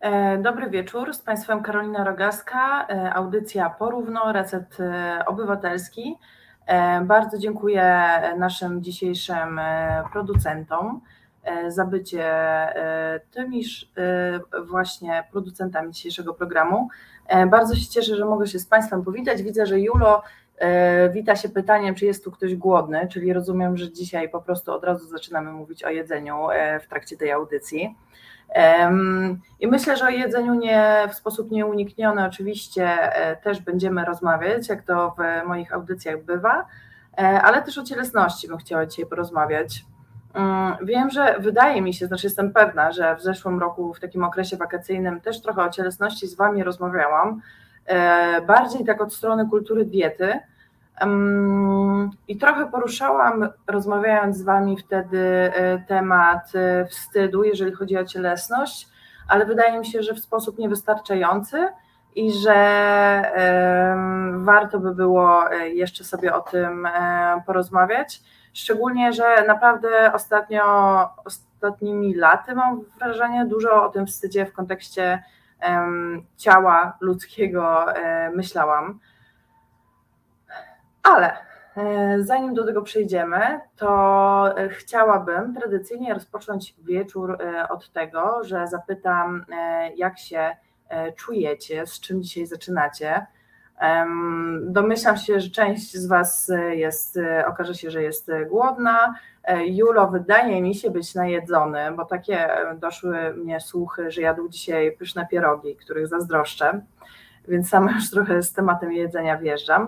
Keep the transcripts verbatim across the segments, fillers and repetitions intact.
Dobry wieczór, z Państwem Karolina Rogaska, audycja Porówno, Reset Obywatelski. Bardzo dziękuję naszym dzisiejszym producentom za bycie tymiż właśnie producentami dzisiejszego programu. Bardzo się cieszę, że mogę się z Państwem powitać. Widzę, że Julo wita się pytaniem, czy jest tu ktoś głodny, czyli rozumiem, że dzisiaj po prostu od razu zaczynamy mówić o jedzeniu w trakcie tej audycji. I myślę, że o jedzeniu nie, w sposób nieunikniony oczywiście też będziemy rozmawiać, jak to w moich audycjach bywa, ale też o cielesności bym chciała dzisiaj porozmawiać. Wiem, że wydaje mi się, znaczy jestem pewna, że w zeszłym roku w takim okresie wakacyjnym też trochę o cielesności z Wami rozmawiałam, bardziej tak od strony kultury diety i trochę poruszałam, rozmawiając z Wami wtedy, temat wstydu, jeżeli chodzi o cielesność, ale wydaje mi się, że w sposób niewystarczający i że warto by było jeszcze sobie o tym porozmawiać, szczególnie, że naprawdę ostatnio, ostatnimi laty mam wrażenie, dużo o tym wstydzie w kontekście ciała ludzkiego myślałam. Ale zanim do tego przejdziemy, to chciałabym tradycyjnie rozpocząć wieczór od tego, że zapytam, jak się czujecie, z czym dzisiaj zaczynacie. Domyślam się, że część z Was jest, okaże się, że jest głodna. Julo wydaje mi się być najedzony, bo takie doszły mnie słuchy, że jadł dzisiaj pyszne pierogi, których zazdroszczę, więc sama już trochę z tematem jedzenia wjeżdżam.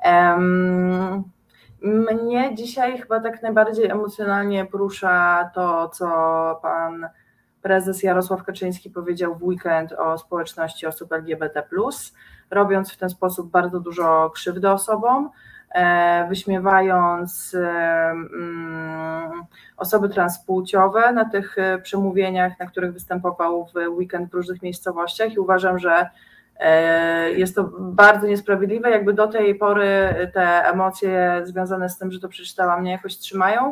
Mnie dzisiaj chyba tak najbardziej emocjonalnie porusza to, co pan prezes Jarosław Kaczyński powiedział w weekend o społeczności osób L G B T plus, robiąc w ten sposób bardzo dużo krzywdy osobom, wyśmiewając osoby transpłciowe na tych przemówieniach, na których występował w weekend w różnych miejscowościach, i uważam, że jest to bardzo niesprawiedliwe, jakby do tej pory te emocje związane z tym, że to przeczytałam, mnie jakoś trzymają.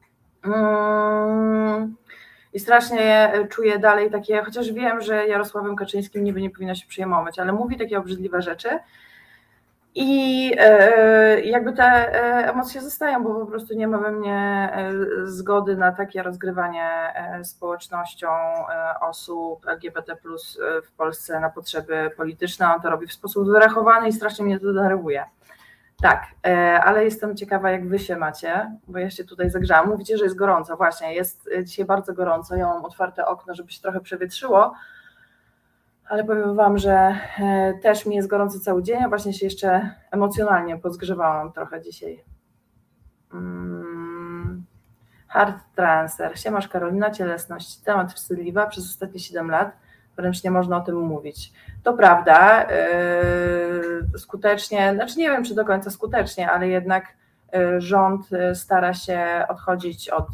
I strasznie czuję dalej takie, chociaż wiem, że Jarosławem Kaczyńskim niby nie powinno się przejmować, ale mówi takie obrzydliwe rzeczy i jakby te emocje zostają, bo po prostu nie ma we mnie zgody na takie rozgrywanie społecznością osób L G B T plus w Polsce na potrzeby polityczne. On to robi w sposób wyrachowany i strasznie mnie to denerwuje. Tak, ale jestem ciekawa, jak Wy się macie, bo ja się tutaj zagrzałam. Mówicie, że jest gorąco. Właśnie, jest dzisiaj bardzo gorąco. Ja mam otwarte okno, żeby się trochę przewietrzyło, ale powiem Wam, że też mi jest gorąco cały dzień, a właśnie się jeszcze emocjonalnie pozgrzewałam trochę dzisiaj. Hard transfer. Siemasz Karolina, cielesność. Temat wstydliwa przez ostatnie siedem lat. Wręcz nie można o tym mówić. To prawda, skutecznie, znaczy nie wiem, czy do końca skutecznie, ale jednak rząd stara się odchodzić od,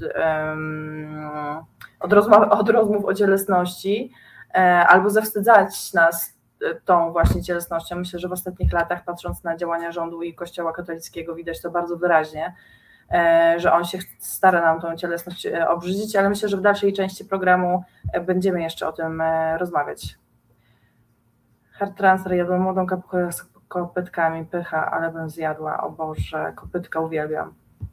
od, rozmów, od rozmów o cielesności albo zawstydzać nas tą właśnie cielesnością. Myślę, że w ostatnich latach, patrząc na działania rządu i Kościoła katolickiego, widać to bardzo wyraźnie, że on się stara nam tą cielesność obrzydzić, ale myślę, że w dalszej części programu będziemy jeszcze o tym rozmawiać. Hard transfer, jadłam młodą kapkę z kopytkami, pycha, ale bym zjadła, o Boże, kopytka uwielbiam.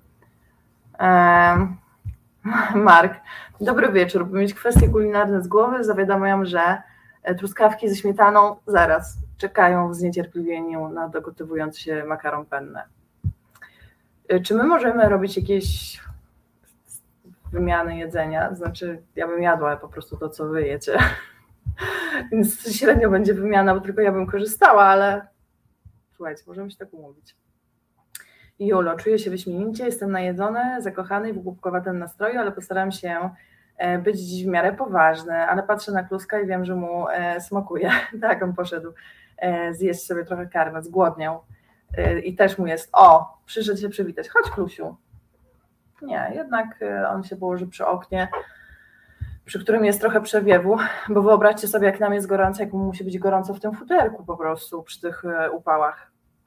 Um, Mark, dobry wieczór, by mieć kwestie kulinarne z głowy, zawiadamiam, że truskawki ze śmietaną zaraz czekają w zniecierpliwieniu na dogotowujący się makaron penne. Czy my możemy robić jakieś wymiany jedzenia? Znaczy, ja bym jadła po prostu to, co wy jecie. Więc średnio będzie wymiana, bo tylko ja bym korzystała, ale słuchajcie, możemy się tak umówić. Julo, czuję się wyśmienicie, jestem najedzony, zakochany i w głupkowatym nastroju, ale postaram się być dziś w miarę poważny, ale patrzę na Kluska i wiem, że mu smakuje. Tak, on poszedł zjeść sobie trochę karmę, zgłodniał. I też mu jest, o, przyszedł się przywitać, chodź Klusiu. Nie, jednak on się położy przy oknie, przy którym jest trochę przewiewu, bo wyobraźcie sobie, jak nam jest gorąco, jak mu musi być gorąco w tym futerku po prostu przy tych upałach.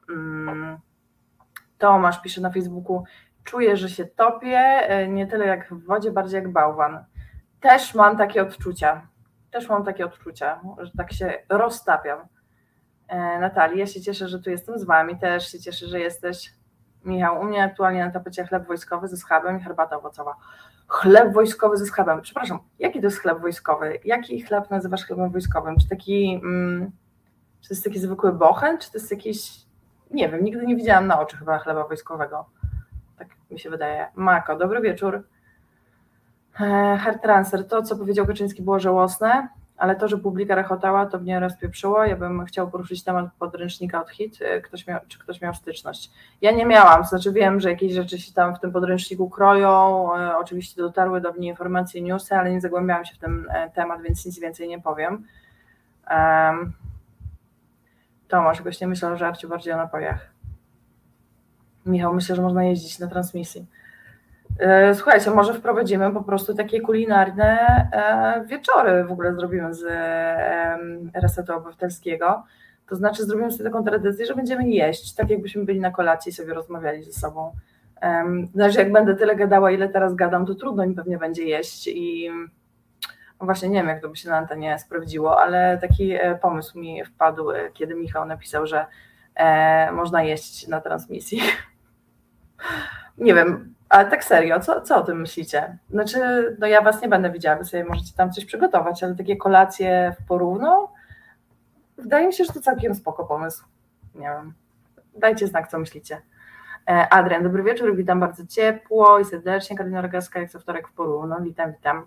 Tomasz pisze na Facebooku, czuję, że się topię, nie tyle jak w wodzie, bardziej jak bałwan. Też mam takie odczucia. Też mam takie odczucia, że tak się roztapiam. Natalii, ja się cieszę, że tu jestem z Wami, też się cieszę, że jesteś. Michał, u mnie aktualnie na tapecie chleb wojskowy ze schabem i herbata owocowa. Chleb wojskowy ze schabem. Przepraszam, jaki to jest chleb wojskowy? Jaki chleb nazywasz chlebem wojskowym? Czy taki, mm, czy to jest taki zwykły bochen, czy to jest jakiś, nie wiem, nigdy nie widziałam na oczy chyba chleba wojskowego. Tak mi się wydaje. Mako, dobry wieczór. Hair transfer, to co powiedział Kaczyński było żałosne, ale to, że publika rechotała, to mnie rozpieprzyło. Ja bym chciał poruszyć temat podręcznika od hit, ktoś miał, czy ktoś miał styczność. Ja nie miałam, to znaczy wiem, że jakieś rzeczy się tam w tym podręczniku kroją, oczywiście dotarły do mnie informacje, newsy, ale nie zagłębiałam się w ten temat, więc nic więcej nie powiem. Um, Tomasz, goś nie myślał o żarciu, bardziej o napojach. Michał, myślę, że można jeździć na transmisji. Słuchajcie, może wprowadzimy po prostu takie kulinarne wieczory, w ogóle zrobimy z Resetu Obywatelskiego, to znaczy zrobimy sobie taką tradycję, że będziemy jeść, tak jakbyśmy byli na kolacji i sobie rozmawiali ze sobą. Znaczy jak będę tyle gadała, ile teraz gadam, to trudno mi pewnie będzie jeść i no właśnie nie wiem, jak to by się na antenie sprawdziło, ale taki pomysł mi wpadł, kiedy Michał napisał, że można jeść na transmisji. Nie wiem, ale tak serio, co, co o tym myślicie? Znaczy, no ja was nie będę widziała, wy sobie możecie tam coś przygotować, ale takie kolacje w porówno, wydaje mi się, że to całkiem spoko pomysł. Nie wiem, dajcie znak, co myślicie. Adrian, dobry wieczór, witam bardzo ciepło i serdecznie. Karolina Rogaska, jak co wtorek w porówno, witam, witam.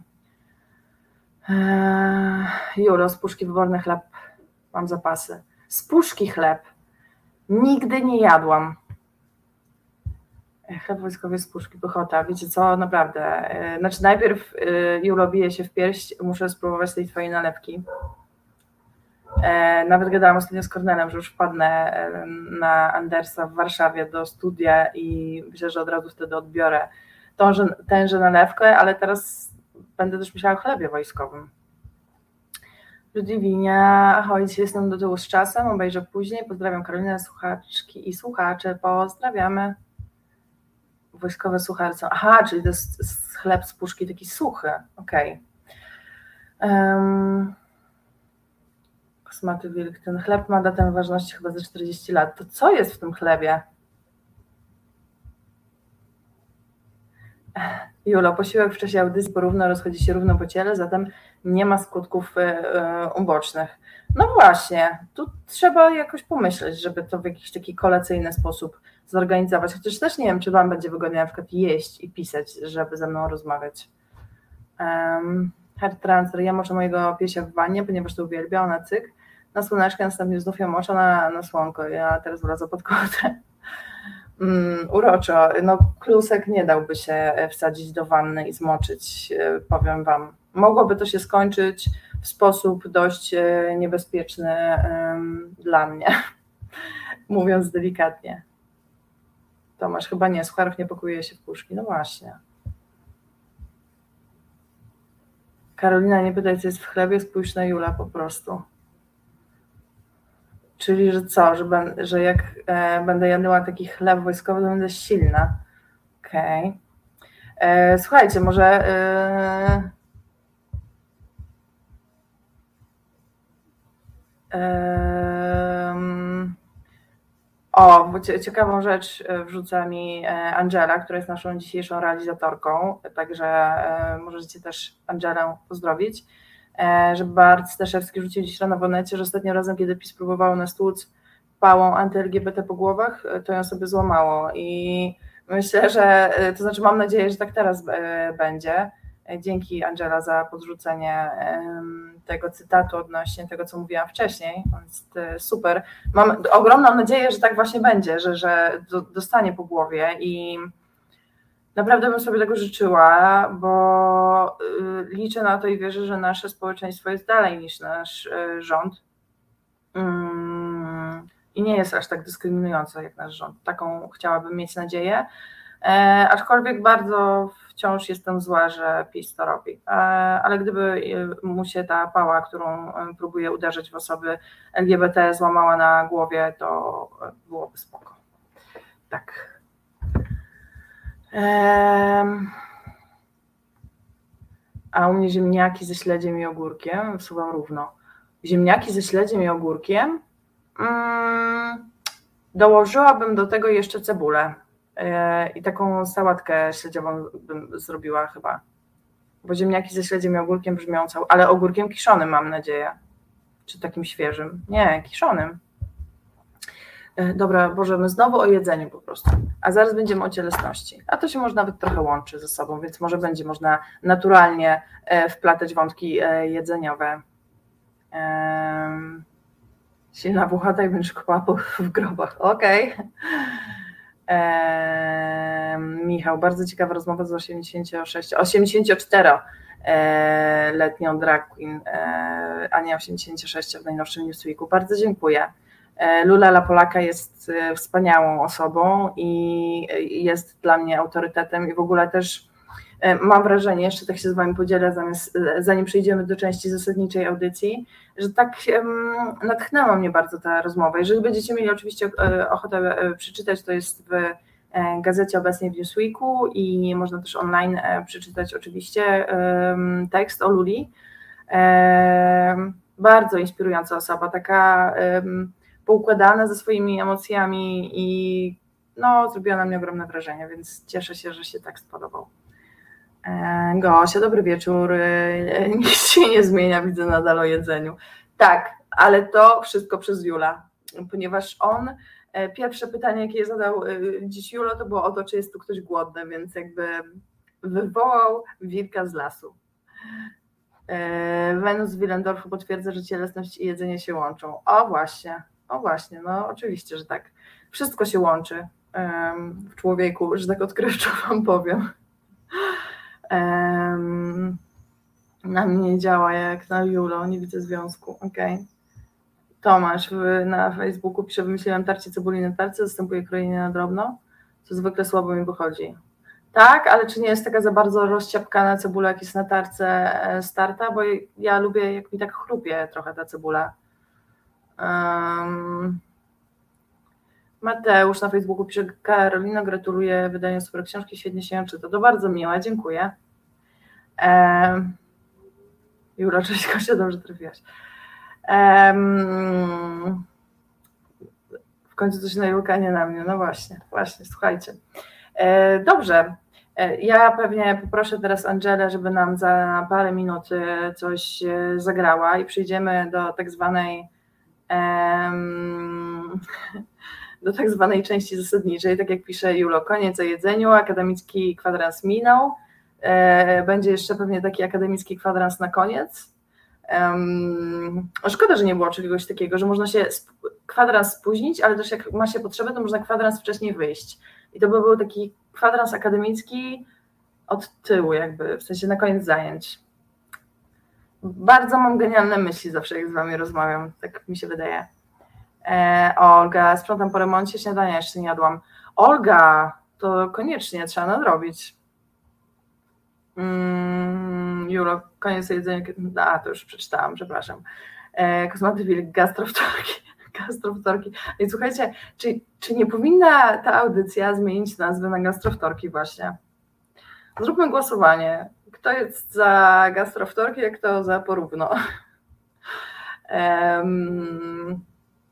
Julo, z puszki wyborny chleb, mam zapasy. Z puszki chleb, nigdy nie jadłam. Chleb wojskowy z puszki, pychota, wiecie co, naprawdę, znaczy najpierw Julo bije się w pierś, muszę spróbować tej twojej nalewki. Nawet gadałam ostatnio z Kornelem, że już wpadnę na Andersa w Warszawie do studia i myślę, że od razu wtedy odbiorę tąże, tęże nalewkę, ale teraz będę też myślała o chlebie wojskowym. Ludwinia, ahoj, dzisiaj jestem do tyłu z czasem, obejrzę później, pozdrawiam Karolinę, słuchaczki i słuchacze, pozdrawiamy. Wojskowe sucharce. Aha, czyli to jest chleb z puszki taki suchy. Okej. Okay. Um, Kosmaty wilk. Ten chleb ma datę ważności chyba za czterdzieści lat. To co jest w tym chlebie? Julo, posiłek w czasie audycji porówno rozchodzi się równo po ciele, zatem nie ma skutków ubocznych. No właśnie, tu trzeba jakoś pomyśleć, żeby to w jakiś taki kolacyjny sposób zorganizować, chociaż też nie wiem, czy wam będzie wygodnie na przykład jeść i pisać, żeby ze mną rozmawiać. Um, Hard transfer, ja moczę mojego piesia w wannie, ponieważ to uwielbiam, na cyk, na słoneczkę, następnie znów ją moczę na, na słonko, ja teraz wracam pod kołdrę. Um, uroczo, no klusek nie dałby się wsadzić do wanny i zmoczyć, powiem wam. Mogłoby to się skończyć w sposób dość niebezpieczny um, dla mnie, mówiąc delikatnie. Tomasz, chyba nie, sucharów nie pakuje się w puszki. No właśnie. Karolina, nie pytaj, co jest w chlebie, spójrz na Jula po prostu. Czyli, że co, że, ben, że jak e, będę jadła taki chleb wojskowy, to będę silna. Okej. Okay. Słuchajcie, może... E, e, O, bo ciekawą rzecz wrzuca mi Angela, która jest naszą dzisiejszą realizatorką, także możecie też Angelę pozdrowić, że Bart Staszewski rzucił dziś rano w Onecie, że ostatnim razem, kiedy PiS próbowało nas tłuc pałą anty-L G B T po głowach, to ją sobie złamało i myślę, że, to znaczy mam nadzieję, że tak teraz będzie. Dzięki Angela za podrzucenie tego cytatu odnośnie tego, co mówiłam wcześniej. To jest super. Mam ogromną nadzieję, że tak właśnie będzie, że, że dostanie po głowie i naprawdę bym sobie tego życzyła, bo liczę na to i wierzę, że nasze społeczeństwo jest dalej niż nasz rząd i nie jest aż tak dyskryminujące jak nasz rząd. Taką chciałabym mieć nadzieję. Aczkolwiek bardzo wciąż jestem zła, że PiS to robi, ale gdyby mu się ta pała, którą próbuje uderzyć w osoby L G B T, złamała na głowie, to byłoby spoko. Tak. A u mnie ziemniaki ze śledziem i ogórkiem, wsuwam równo. Ziemniaki ze śledziem i ogórkiem. Mm, dołożyłabym do tego jeszcze cebulę yy, i taką sałatkę śledziową bym zrobiła chyba. Bo ziemniaki ze śledziem i ogórkiem brzmią cał, ale ogórkiem kiszonym mam nadzieję. Czy takim świeżym? Nie, kiszonym. Yy, dobra, Boże, my znowu o jedzeniu po prostu. A zaraz będziemy o cielesności. A to się może nawet trochę łączy ze sobą, więc może będzie można naturalnie yy, wplatać wątki yy, jedzeniowe. Yy. Silna włochata i będziesz kopała w grobach. Okej. Okay. Eee, Michał, bardzo ciekawa rozmowa z osiemdziesięcioczteroletnią drag queen, eee, a nie osiemdziesięciosześć w najnowszym Newsweeku. Bardzo dziękuję. Eee, Lula La Polaka jest wspaniałą osobą i jest dla mnie autorytetem i w ogóle też mam wrażenie, jeszcze tak się z Wami podzielę, zamiast, zanim przejdziemy do części zasadniczej audycji, że tak um, natchnęła mnie bardzo ta rozmowa. Jeżeli będziecie mieli oczywiście ochotę przeczytać, to jest w gazecie obecnej w Newsweeku i można też online przeczytać oczywiście um, tekst o Luli. Um, bardzo inspirująca osoba, taka um, poukładana ze swoimi emocjami i no, zrobiła na mnie ogromne wrażenie, więc cieszę się, że się tak spodobał. Gosia, dobry wieczór, nic się nie zmienia, widzę nadal o jedzeniu. Tak, ale to wszystko przez Jula, ponieważ on, pierwsze pytanie, jakie zadał dziś Julo, to było o to, czy jest tu ktoś głodny, więc jakby wywołał wilka z lasu. Wenus z Willendorfu potwierdza, że cielesność i jedzenie się łączą. O właśnie, o właśnie, no oczywiście, że tak. Wszystko się łączy w człowieku, że tak odkrywczo Wam powiem. Um, na mnie nie działa jak na Julo, nie widzę związku. Okay. Tomasz w, na Facebooku pisze, wymyśliłem tarcie cebuli na tarce, zastępuję krojenie na drobno, co zwykle słabo mi wychodzi. Tak, ale czy nie jest taka za bardzo rozciapkana cebula, jak jest na tarce starta, bo ja lubię, jak mi tak chrupie trochę ta cebula. Um, Mateusz na Facebooku pisze, Karolina, gratuluję wydania super książki, świetnie się ją czyta. To bardzo miłe, dziękuję. Um, Jura, cześć Kosia, dobrze trafiłaś. Um, w końcu coś na Julka, nie na mnie. No właśnie, właśnie, słuchajcie. E, dobrze, e, ja pewnie poproszę teraz Angelę, żeby nam za parę minut coś zagrała i przejdziemy do tak zwanej um, do tak zwanej części zasadniczej, tak jak pisze Julo, koniec o jedzeniu, akademicki kwadrans minął, e, będzie jeszcze pewnie taki akademicki kwadrans na koniec. Um, szkoda, że nie było czegoś takiego, że można się sp- kwadrans spóźnić, ale też jak ma się potrzebę, to można kwadrans wcześniej wyjść. I to by był taki kwadrans akademicki od tyłu jakby, w sensie na koniec zajęć. Bardzo mam genialne myśli zawsze, jak z Wami rozmawiam, tak mi się wydaje. E, Olga, sprzątam po remoncie, śniadania jeszcze nie jadłam. Olga, to koniecznie trzeba nadrobić. Mm, Juro, koniec jedzenia. A, to już przeczytałam, przepraszam. E, Kosmaty wilk, gastrowtorki. gastrowtorki. I słuchajcie, czy, czy nie powinna ta audycja zmienić nazwy na gastrowtorki właśnie? Zróbmy głosowanie. Kto jest za gastrowtorki, a kto za porówno? Um,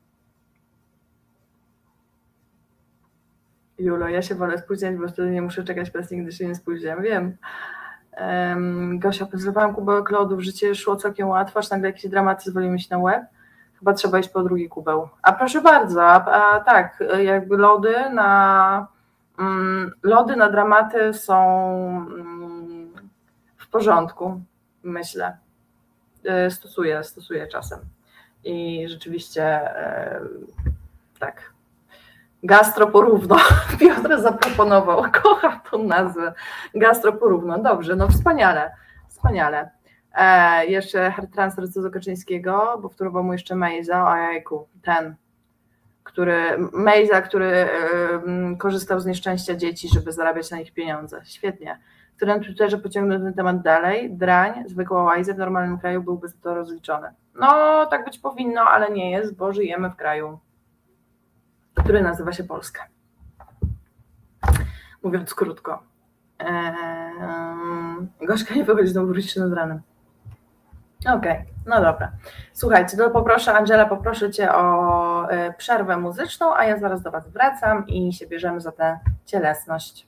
Julo, ja się wolę spóźniać, bo wtedy nie muszę czekać presji, gdy się nie spóźniam. Wiem. Um, Gosia, pozrywałam kubełek lodów, życie szło całkiem łatwo, aż nagle jakieś dramaty zwolimy mi się na łeb. Chyba trzeba iść po drugi kubeł. A proszę bardzo, a, a tak, jakby lody na um, lody na dramaty są um, w porządku, myślę. Stosuję, stosuję czasem. I rzeczywiście e, tak. Gastro porówno. Piotr zaproponował. Kocham tą nazwę. Gastro porówno. Dobrze, no wspaniale. Wspaniale. E, jeszcze hard transfer co do Kaczyńskiego, bo wtórował mu jeszcze Mejza. Ojejku, ten, który, Mejza, który e, korzystał z nieszczęścia dzieci, żeby zarabiać na nich pieniądze. Świetnie. Który na Twitterze pociągnął ten temat dalej. Drań, zwykła łajza w normalnym kraju byłby za to rozliczony. No, tak być powinno, ale nie jest, bo żyjemy w kraju, który nazywa się Polska. Mówiąc krótko. Eee, Gorzka nie wychodzi znowu wrócić nad ranem. Okej, okay, no dobra. Słuchajcie, to poproszę, Angela, poproszę Cię o przerwę muzyczną, a ja zaraz do Was wracam i się bierzemy za tę cielesność.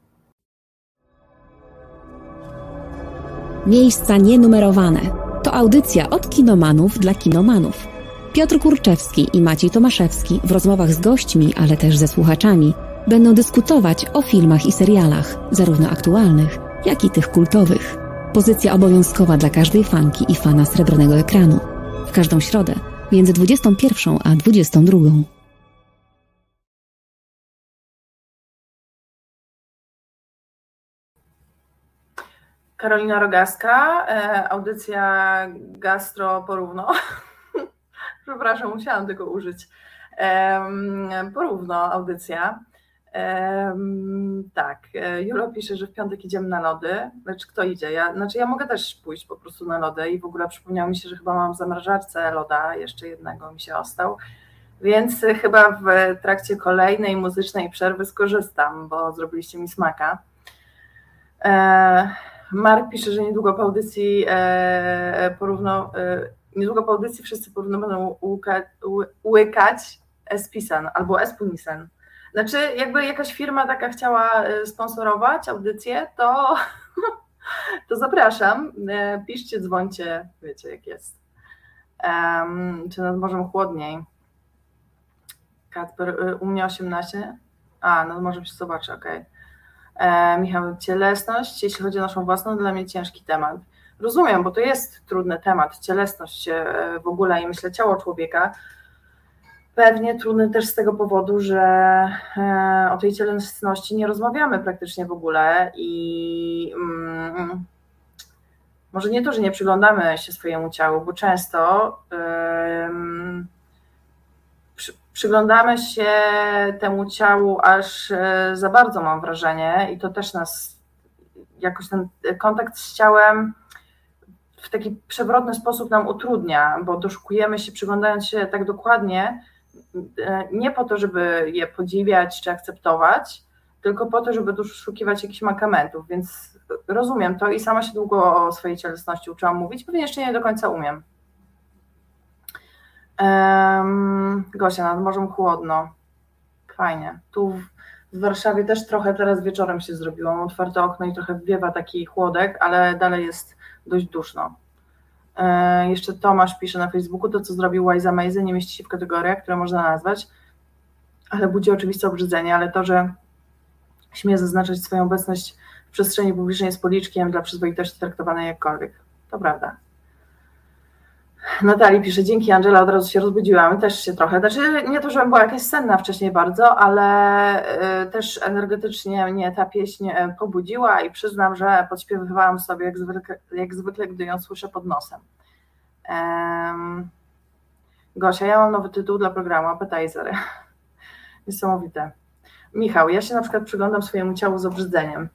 Miejsca nienumerowane. To audycja od kinomanów dla kinomanów. Piotr Kurczewski i Maciej Tomaszewski w rozmowach z gośćmi, ale też ze słuchaczami będą dyskutować o filmach i serialach, zarówno aktualnych, jak i tych kultowych. Pozycja obowiązkowa dla każdej fanki i fana srebrnego ekranu. W każdą środę między dwudziestą pierwszą a dwudziestą drugą. Karolina Rogaska, audycja Gastro Porówno. Przepraszam, musiałam tego użyć. Porówno audycja. Tak, Julo pisze, że w piątek idziemy na lody. Znaczy, kto idzie? Ja, znaczy ja mogę też pójść po prostu na lody i w ogóle przypomniało mi się, że chyba mam w zamrażarce loda, jeszcze jednego mi się ostał, więc chyba w trakcie kolejnej muzycznej przerwy skorzystam, bo zrobiliście mi smaka. Mark pisze, że niedługo po audycji porówno, niedługo po audycji wszyscy porówno będą łuka, łykać Espisen albo Espunisen. Znaczy, jakby jakaś firma taka chciała sponsorować audycję, to, to zapraszam. Piszcie, dzwońcie, wiecie jak jest. Um, czy nad morzem chłodniej? Kacper, u mnie osiemnaście? A, no może się zobaczy, okej. Okay. Michał, cielesność, jeśli chodzi o naszą własną, dla mnie ciężki temat. Rozumiem, bo to jest trudny temat, cielesność w ogóle i myślę ciało człowieka. Pewnie trudny też z tego powodu, że o tej cielesności nie rozmawiamy praktycznie w ogóle i mm, może nie to, że nie przyglądamy się swojemu ciału, bo często um, przy, przyglądamy się temu ciału aż za bardzo, mam wrażenie, i to też nas jakoś ten kontakt z ciałem w taki przewrotny sposób nam utrudnia, bo doszukujemy się, przyglądając się tak dokładnie, nie po to, żeby je podziwiać czy akceptować, tylko po to, żeby doszukiwać jakichś mankamentów, więc rozumiem to i sama się długo o swojej cielesności uczyłam mówić, pewnie jeszcze nie do końca umiem. Um, Gosia, nad morzem chłodno. Fajnie. Tu w, w Warszawie też trochę teraz wieczorem się zrobiło, mam otwarte okno i trochę wiewa taki chłodek, ale dalej jest dość duszno. Jeszcze Tomasz pisze na Facebooku, to co zrobił Wise Amazy nie mieści się w kategoriach, które można nazwać, ale budzi oczywiste obrzydzenie, ale to, że śmie zaznaczać swoją obecność w przestrzeni publicznej jest policzkiem dla przyzwoitości traktowanej jakkolwiek. To prawda. Natalii pisze, dzięki Angela, od razu się rozbudziłam, też się trochę, znaczy nie to, żebym była jakaś senna wcześniej bardzo, ale też energetycznie mnie ta pieśń pobudziła i przyznam, że podśpiewywałam sobie jak zwykle, jak zwykle gdy ją słyszę pod nosem. Um, Gosia, ja mam nowy tytuł dla programu, Appetizer. Niesamowite. Michał, ja się na przykład przyglądam swojemu ciału z obrzydzeniem.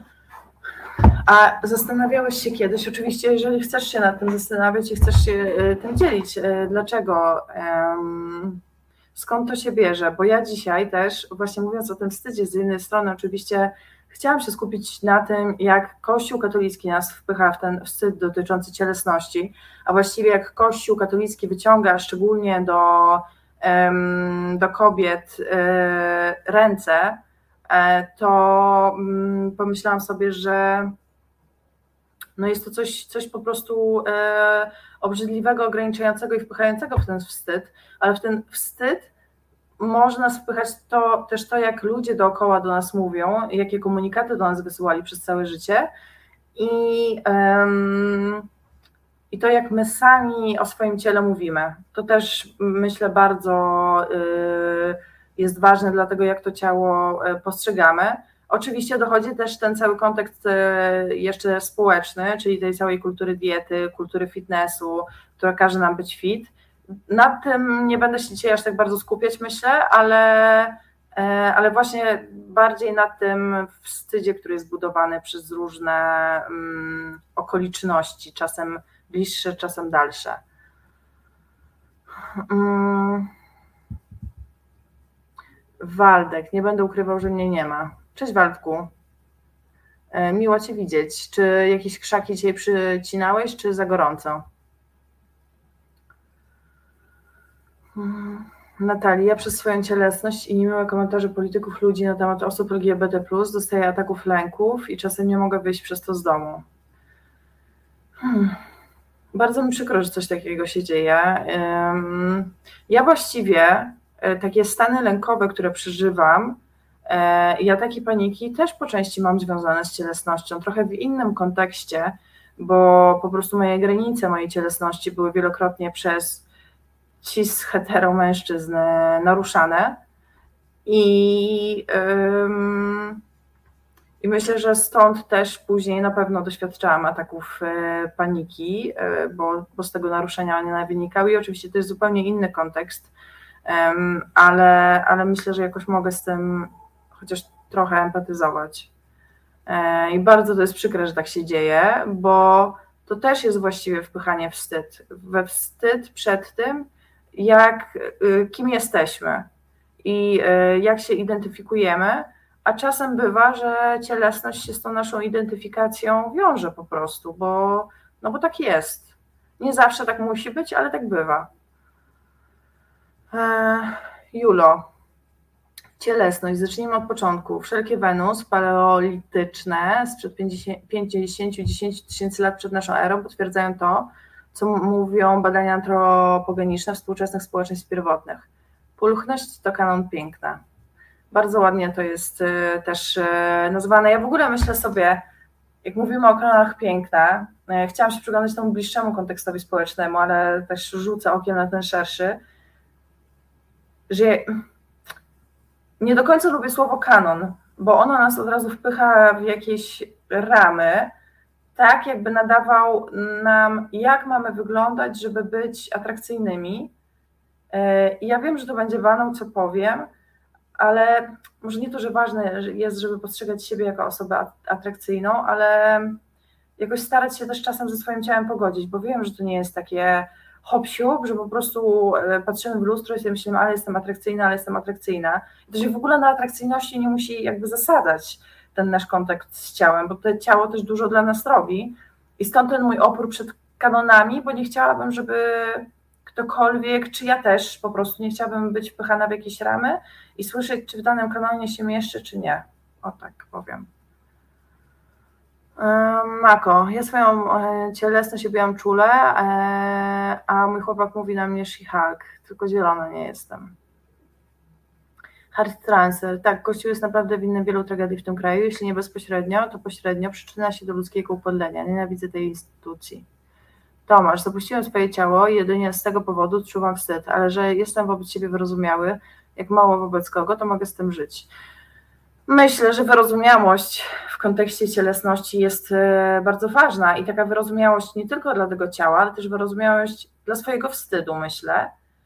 A zastanawiałeś się kiedyś, oczywiście, jeżeli chcesz się nad tym zastanawiać i chcesz się tym dzielić, dlaczego, skąd to się bierze, bo ja dzisiaj też, właśnie mówiąc o tym wstydzie, z jednej strony oczywiście chciałam się skupić na tym, jak Kościół katolicki nas wpycha w ten wstyd dotyczący cielesności, a właściwie jak Kościół katolicki wyciąga szczególnie do, do kobiet ręce, to pomyślałam sobie, że no jest to coś, coś po prostu e, obrzydliwego, ograniczającego i wpychającego w ten wstyd, ale w ten wstyd można wpychać to, też to, jak ludzie dookoła do nas mówią, jakie komunikaty do nas wysyłali przez całe życie i, um, i to, jak my sami o swoim ciele mówimy. To też myślę bardzo y, jest ważne dla tego, jak to ciało postrzegamy. Oczywiście dochodzi też ten cały kontekst jeszcze społeczny, czyli tej całej kultury diety, kultury fitnessu, która każe nam być fit. Nad tym nie będę się dzisiaj aż tak bardzo skupiać, myślę, ale, ale właśnie bardziej nad tym wstydzie, który jest budowany przez różne um, okoliczności, czasem bliższe, czasem dalsze. Um, Waldek, nie będę ukrywał, że mnie nie ma. Cześć Waldku. Miło Cię widzieć. Czy jakieś krzaki dzisiaj przycinałeś, czy za gorąco? Natalia, przez swoją cielesność i niemiłe komentarze polityków, ludzi na temat osób L G B T plus, dostaję ataków lęków i czasem nie mogę wyjść przez to z domu. Hmm. Bardzo mi przykro, że coś takiego się dzieje. Ja właściwie takie stany lękowe, które przeżywam, i ataki paniki też po części mam związane z cielesnością, trochę w innym kontekście, bo po prostu moje granice mojej cielesności były wielokrotnie przez cis hetero mężczyzn naruszane i, ym, i myślę, że stąd też później na pewno doświadczałam ataków y, paniki, y, bo, bo z tego naruszenia one wynikały i oczywiście to jest zupełnie inny kontekst, ym, ale, ale myślę, że jakoś mogę z tym chociaż trochę empatyzować. Y, I bardzo to jest przykre, że tak się dzieje, bo to też jest właściwie wpychanie w wstyd, we wstyd przed tym, jak, kim jesteśmy i jak się identyfikujemy, a czasem bywa, że cielesność się z tą naszą identyfikacją wiąże po prostu, bo, no bo tak jest. Nie zawsze tak musi być, ale tak bywa. Julo, cielesność, zacznijmy od początku. Wszelkie Wenus paleolityczne sprzed pięćdziesiąt do dziesięciu tysięcy lat przed naszą erą potwierdzają to, co mówią badania antropogeniczne współczesnych społeczeństw pierwotnych. Pulchność to kanon piękna. Bardzo ładnie to jest też nazwane. Ja w ogóle myślę sobie, jak mówimy o kanonach piękna, chciałam się przyglądać temu bliższemu kontekstowi społecznemu, ale też rzucę okiem na ten szerszy, że nie do końca lubię słowo kanon, bo ono nas od razu wpycha w jakieś ramy, tak jakby nadawał nam, jak mamy wyglądać, żeby być atrakcyjnymi. I ja wiem, że to będzie waną, co powiem, ale może nie to, że ważne jest, żeby postrzegać siebie jako osobę atrakcyjną, ale jakoś starać się też czasem ze swoim ciałem pogodzić, bo wiem, że to nie jest takie hop-siup, że po prostu patrzymy w lustro i sobie myślimy, ale jestem atrakcyjna, ale jestem atrakcyjna. I to się w ogóle na atrakcyjności nie musi jakby zasadzać ten nasz kontakt z ciałem, bo to ciało też dużo dla nas robi i stąd ten mój opór przed kanonami, bo nie chciałabym, żeby ktokolwiek, czy ja też po prostu nie chciałabym być wpychana w jakieś ramy i słyszeć, czy w danym kanonie się mieszczę, czy nie. O tak powiem. Mako, ja swoją cielesność objęłam czule, a mój chłopak mówi na mnie she-hulk, tylko zielona nie jestem. Hard transfer. Tak, Kościół jest naprawdę winny wielu tragedii w tym kraju. Jeśli nie bezpośrednio, to pośrednio przyczynia się do ludzkiego upodlenia. Nienawidzę tej instytucji. Tomasz, zapuściłem swoje ciało i jedynie z tego powodu odczuwam wstyd, ale że jestem wobec siebie wyrozumiały, jak mało wobec kogo, to mogę z tym żyć. Myślę, że wyrozumiałość w kontekście cielesności jest bardzo ważna i taka wyrozumiałość nie tylko dla tego ciała, ale też wyrozumiałość dla swojego wstydu, myślę,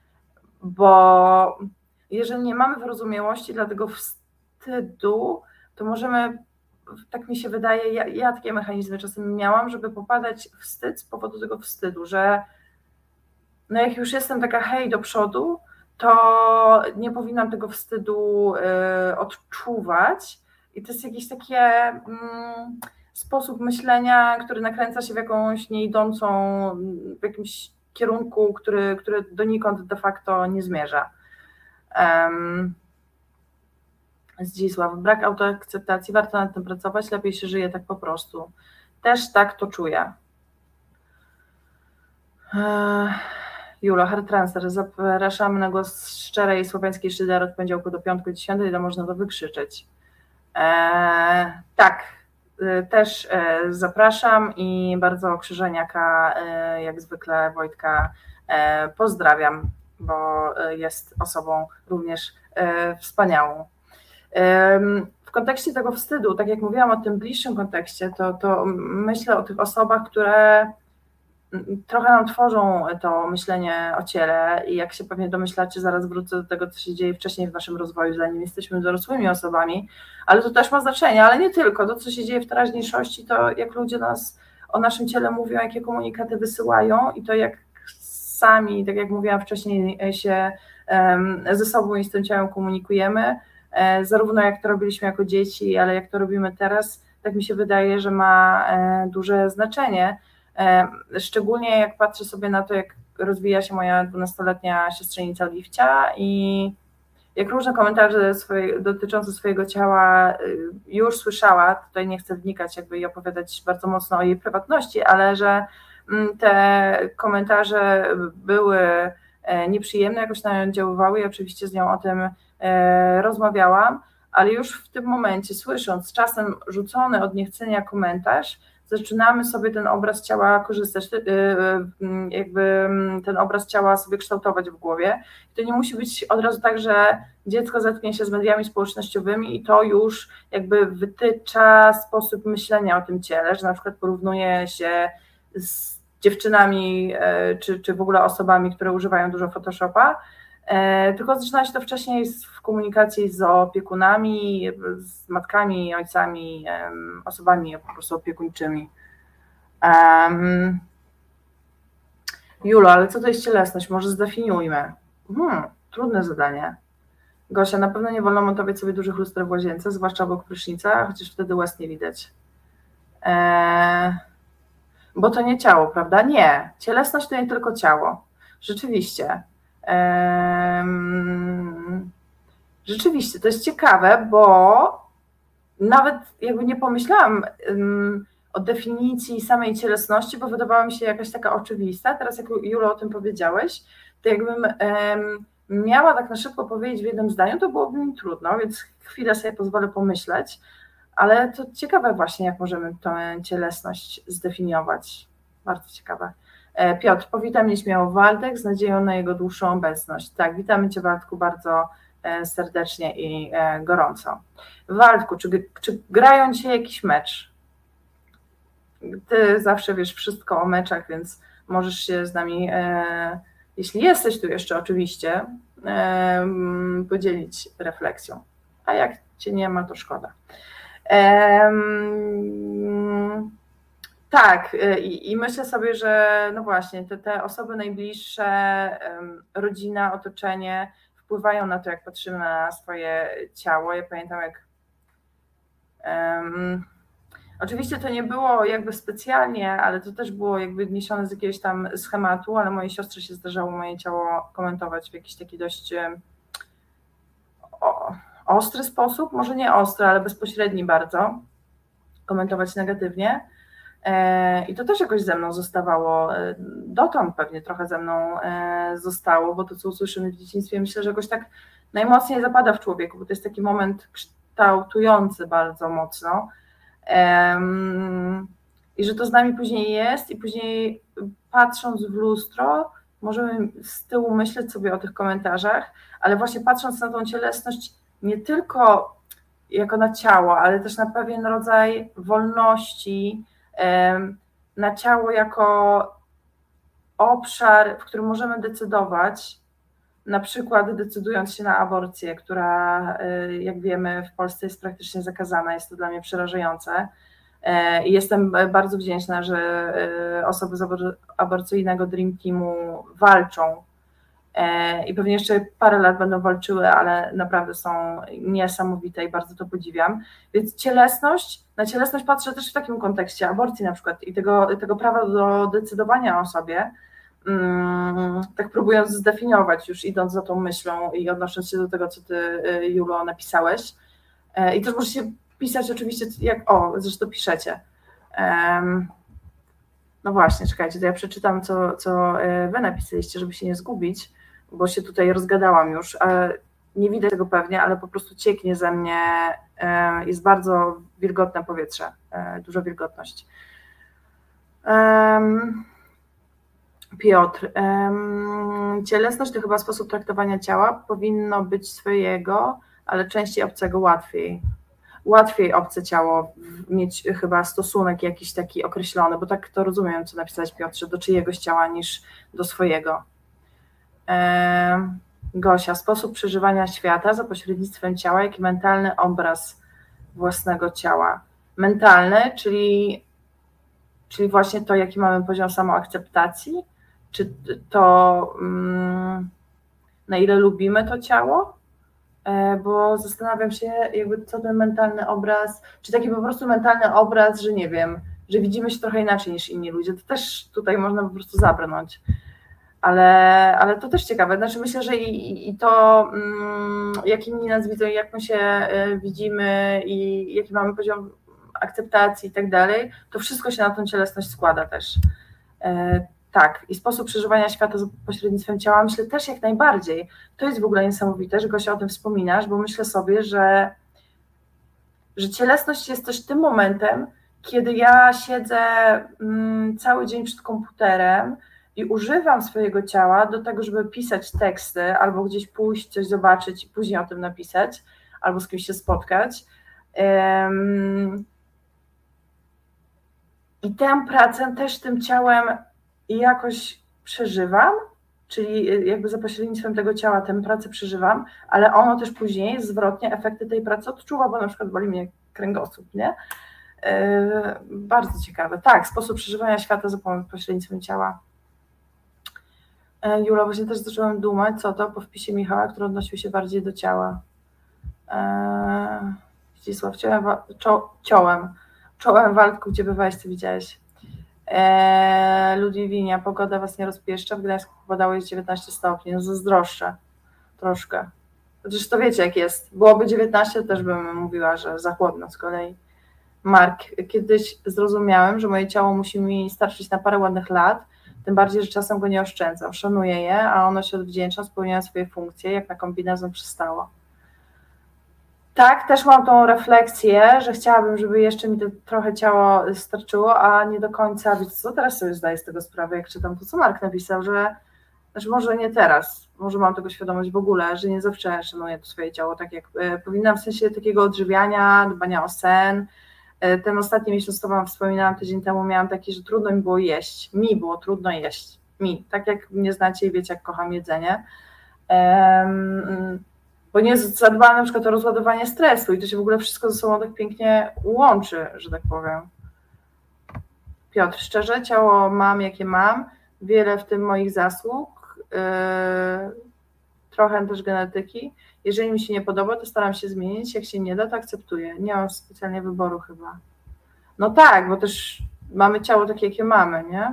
bo jeżeli nie mamy wyrozumiałości dla tego wstydu, to możemy, tak mi się wydaje, ja, ja takie mechanizmy czasem miałam, żeby popadać w wstyd z powodu tego wstydu, że no jak już jestem taka hej do przodu, to nie powinnam tego wstydu y, odczuwać i to jest jakiś taki mm, sposób myślenia, który nakręca się w jakąś nieidącą, w jakimś kierunku, który, który donikąd de facto nie zmierza. Um, Zdzisław, brak autoakceptacji, warto nad tym pracować, lepiej się żyje tak po prostu. Też tak to czuję. Eee, Julo, hard transfer, zapraszamy na głos szczerej słowiańskiej szydery od poniedziałku do piątku dziesiątej, ile można to wykrzyczeć. Eee, tak, też zapraszam i bardzo Krzyżeniaka, jak zwykle Wojtka, pozdrawiam, bo jest osobą również wspaniałą. W kontekście tego wstydu, tak jak mówiłam o tym bliższym kontekście, to, to myślę o tych osobach, które trochę nam tworzą to myślenie o ciele i jak się pewnie domyślacie, zaraz wrócę do tego, co się dzieje wcześniej w naszym rozwoju, zanim jesteśmy dorosłymi osobami, ale to też ma znaczenie, ale nie tylko. To, co się dzieje w teraźniejszości, to jak ludzie nas o naszym ciele mówią, jakie komunikaty wysyłają i to jak sami, tak jak mówiłam wcześniej, się ze sobą i z tym ciałem komunikujemy, zarówno jak to robiliśmy jako dzieci, ale jak to robimy teraz, tak mi się wydaje, że ma duże znaczenie. Szczególnie jak patrzę sobie na to, jak rozwija się moja dwunastoletnia siostrzenica Liwcia i jak różne komentarze swoje, dotyczące swojego ciała już słyszała, tutaj nie chcę wnikać jakby i opowiadać bardzo mocno o jej prywatności, ale że te komentarze były nieprzyjemne, jakoś na nią oddziaływały i oczywiście z nią o tym rozmawiałam, ale już w tym momencie, słysząc czasem rzucony od niechcenia komentarz, zaczynamy sobie ten obraz ciała korzystać, jakby ten obraz ciała sobie kształtować w głowie. To nie musi być od razu tak, że dziecko zetknie się z mediami społecznościowymi i to już jakby wytycza sposób myślenia o tym ciele, że na przykład porównuje się z dziewczynami czy, czy w ogóle osobami, które używają dużo Photoshopa, tylko zaczyna się to wcześniej w komunikacji z opiekunami, z matkami, ojcami, osobami po prostu opiekuńczymi. Um, Julo, ale co to jest cielesność? Może zdefiniujmy. Hmm, trudne zadanie. Gosia, na pewno nie wolno montować sobie dużych luster w łazience, zwłaszcza obok prysznica, chociaż wtedy łez nie widać. Eee, bo to nie ciało, prawda? Nie. Cielesność to nie tylko ciało. Rzeczywiście. Rzeczywiście, to jest ciekawe, bo nawet jakby nie pomyślałam o definicji samej cielesności, bo wydawała mi się jakaś taka oczywista. Teraz jak Julo o tym powiedziałeś, to jakbym miała tak na szybko powiedzieć w jednym zdaniu, to byłoby mi trudno, więc chwilę sobie pozwolę pomyśleć, ale to ciekawe właśnie, jak możemy tę cielesność zdefiniować. Bardzo ciekawe. Piotr, powitam nieśmiało Waldek z nadzieją na jego dłuższą obecność. Tak, witamy Cię, Waldku, bardzo serdecznie i gorąco. Waldku, czy, czy grają Cię jakiś mecz? Ty zawsze wiesz wszystko o meczach, więc możesz się z nami, jeśli jesteś tu jeszcze oczywiście, podzielić refleksją. A jak Cię nie ma, to szkoda. Um, Tak, i, i myślę sobie, że no właśnie, te, te osoby najbliższe, rodzina, otoczenie wpływają na to, jak patrzymy na swoje ciało. Ja pamiętam, jak um, oczywiście to nie było jakby specjalnie, ale to też było jakby wniesione z jakiegoś tam schematu, ale mojej siostrze się zdarzało moje ciało komentować w jakiś taki dość o, ostry sposób, może nie ostry, ale bezpośredni bardzo, komentować negatywnie. I to też jakoś ze mną zostawało, dotąd pewnie trochę ze mną zostało, bo to, co usłyszymy w dzieciństwie, myślę, że jakoś tak najmocniej zapada w człowieku, bo to jest taki moment kształtujący bardzo mocno i że to z nami później jest i później patrząc w lustro możemy z tyłu myśleć sobie o tych komentarzach, ale właśnie patrząc na tą cielesność nie tylko jako na ciało, ale też na pewien rodzaj wolności, na ciało jako obszar, w którym możemy decydować, na przykład decydując się na aborcję, która, jak wiemy, w Polsce jest praktycznie zakazana. Jest to dla mnie przerażające i jestem bardzo wdzięczna, że osoby z aborcyjnego Dream Teamu walczą i pewnie jeszcze parę lat będą walczyły, ale naprawdę są niesamowite i bardzo to podziwiam. Więc cielesność, na cielesność patrzę też w takim kontekście aborcji na przykład i tego, tego prawa do decydowania o sobie, tak próbując zdefiniować, już idąc za tą myślą i odnosząc się do tego, co ty, Julo, napisałeś. I też możecie pisać oczywiście, jak o, zresztą piszecie. No właśnie, czekajcie, to ja przeczytam, co, co wy napisaliście, żeby się nie zgubić, bo się tutaj rozgadałam już. Nie widać tego pewnie, ale po prostu cieknie ze mnie, jest bardzo wilgotne powietrze, duża wilgotność. Piotr, cielesność to chyba sposób traktowania ciała, powinno być swojego, ale częściej obcego łatwiej. Łatwiej obce ciało mieć chyba stosunek jakiś taki określony, bo tak to rozumiem, co napisałeś, Piotrze, do czyjegoś ciała niż do swojego. Gosia, sposób przeżywania świata za pośrednictwem ciała, jak i mentalny obraz własnego ciała. Mentalny, czyli, czyli właśnie to, jaki mamy poziom samoakceptacji, czy to, na ile lubimy to ciało, bo zastanawiam się, jakby co ten mentalny obraz, czy taki po prostu mentalny obraz, że nie wiem, że widzimy się trochę inaczej niż inni ludzie, to też tutaj można po prostu zabrnąć. Ale, ale to też ciekawe, znaczy myślę, że i, i to, mm, jak inni nas widzą, jak my się widzimy i jaki mamy poziom akceptacji i tak dalej, to wszystko się na tą cielesność składa też. E, tak, i sposób przeżywania świata za pośrednictwem ciała, myślę też jak najbardziej. To jest w ogóle niesamowite, że Gosia o tym wspominasz, bo myślę sobie, że, że cielesność jest też tym momentem, kiedy ja siedzę mm, cały dzień przed komputerem i używam swojego ciała do tego, żeby pisać teksty, albo gdzieś pójść, coś zobaczyć i później o tym napisać, albo z kimś się spotkać. Um, I tę pracę też tym ciałem jakoś przeżywam, czyli jakby za pośrednictwem tego ciała tę pracę przeżywam, ale ono też później zwrotnie efekty tej pracy odczuwa, bo na przykład boli mnie kręgosłup, nie? Yy, bardzo ciekawe. Tak, sposób przeżywania świata za pośrednictwem ciała. Yy, Jula, właśnie też zaczęłam dumać, co to po wpisie Michała, który odnosił się bardziej do ciała. Yy, Zdzisław, ciołem, czo, ciołem, czołem Waldku, gdzie bywałeś, co widziałeś? Eee, Ludwiwinia, pogoda was nie rozpieszcza, w Gdańsku padało jest dziewiętnaście stopni, no zazdroszczę troszkę. Chociaż to wiecie jak jest, byłoby dziewiętnaście, też bym mówiła, że za chłodno z kolei. Mark, kiedyś zrozumiałem, że moje ciało musi mi starczyć na parę ładnych lat, tym bardziej, że czasem go nie oszczędzam, szanuję je, a ono się odwdzięcza, spełniają swoje funkcje, jak na kombinezon przystało. Tak, też mam tą refleksję, że chciałabym, żeby jeszcze mi to trochę ciało starczyło, a nie do końca, wiecie co, teraz sobie zdaję z tego sprawę, jak czytam to, co Mark napisał, że, znaczy może nie teraz, może mam tego świadomość w ogóle, że nie zawsze szanuję to swoje ciało, tak jak y, powinnam, w sensie takiego odżywiania, dbania o sen. Y, ten ostatni miesiąc, to wam wspominałam tydzień temu, miałam taki, że trudno mi było jeść, mi było trudno jeść, mi, tak jak mnie znacie i wiecie, jak kocham jedzenie. Um, Bo nie zadbałam na przykład o rozładowanie stresu i to się w ogóle wszystko ze sobą tak pięknie łączy, że tak powiem. Piotr, szczerze, ciało mam, jakie mam, wiele w tym moich zasług, yy, trochę też genetyki. Jeżeli mi się nie podoba, to staram się zmienić, jak się nie da, to akceptuję. Nie mam specjalnie wyboru chyba. No tak, bo też mamy ciało takie, jakie mamy, nie?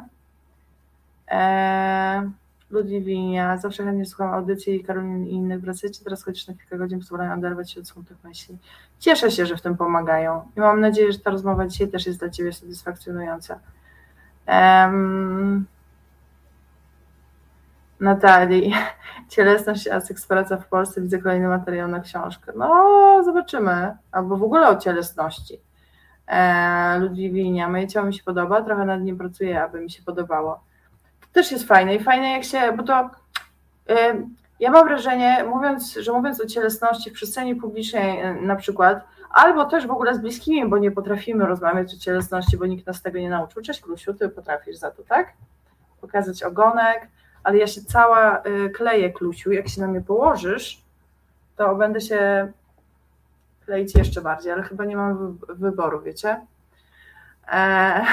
Eee... Ludwiwinia, zawsze chętnie słucham audycji Karoliny i innych. Wracajcie teraz chociaż na kilka godzin, pozwalają oderwać się od smutnych myśli. Cieszę się, że w tym pomagają i mam nadzieję, że ta rozmowa dzisiaj też jest dla Ciebie satysfakcjonująca. Um, Natalii, cielesność a sekspraca w Polsce, widzę kolejny materiał na książkę. No, zobaczymy. Albo w ogóle o cielesności. E, Ludwiwinia, moje ciało mi się podoba, trochę nad nim pracuję, aby mi się podobało. Też jest fajne i fajne jak się, bo to y, ja mam wrażenie, mówiąc, że mówiąc o cielesności w przestrzeni publicznej y, na przykład, albo też w ogóle z bliskimi, bo nie potrafimy rozmawiać o cielesności, bo nikt nas tego nie nauczył. Cześć Klusiu, ty potrafisz za to, tak? Pokazać ogonek, ale ja się cała y, kleję, Klusiu, jak się na mnie położysz, to będę się kleić jeszcze bardziej, ale chyba nie mam wy- wyboru, wiecie? E-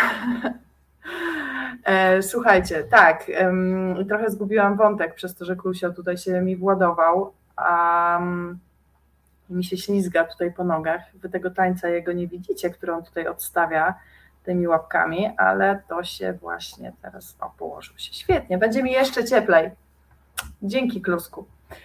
Słuchajcie, tak, trochę zgubiłam wątek przez to, że Klusia tutaj się mi władował, a mi się ślizga tutaj po nogach. Wy tego tańca jego nie widzicie, który on tutaj odstawia tymi łapkami, ale to się właśnie teraz o, położył się. Świetnie, będzie mi jeszcze cieplej. Dzięki, Klusku.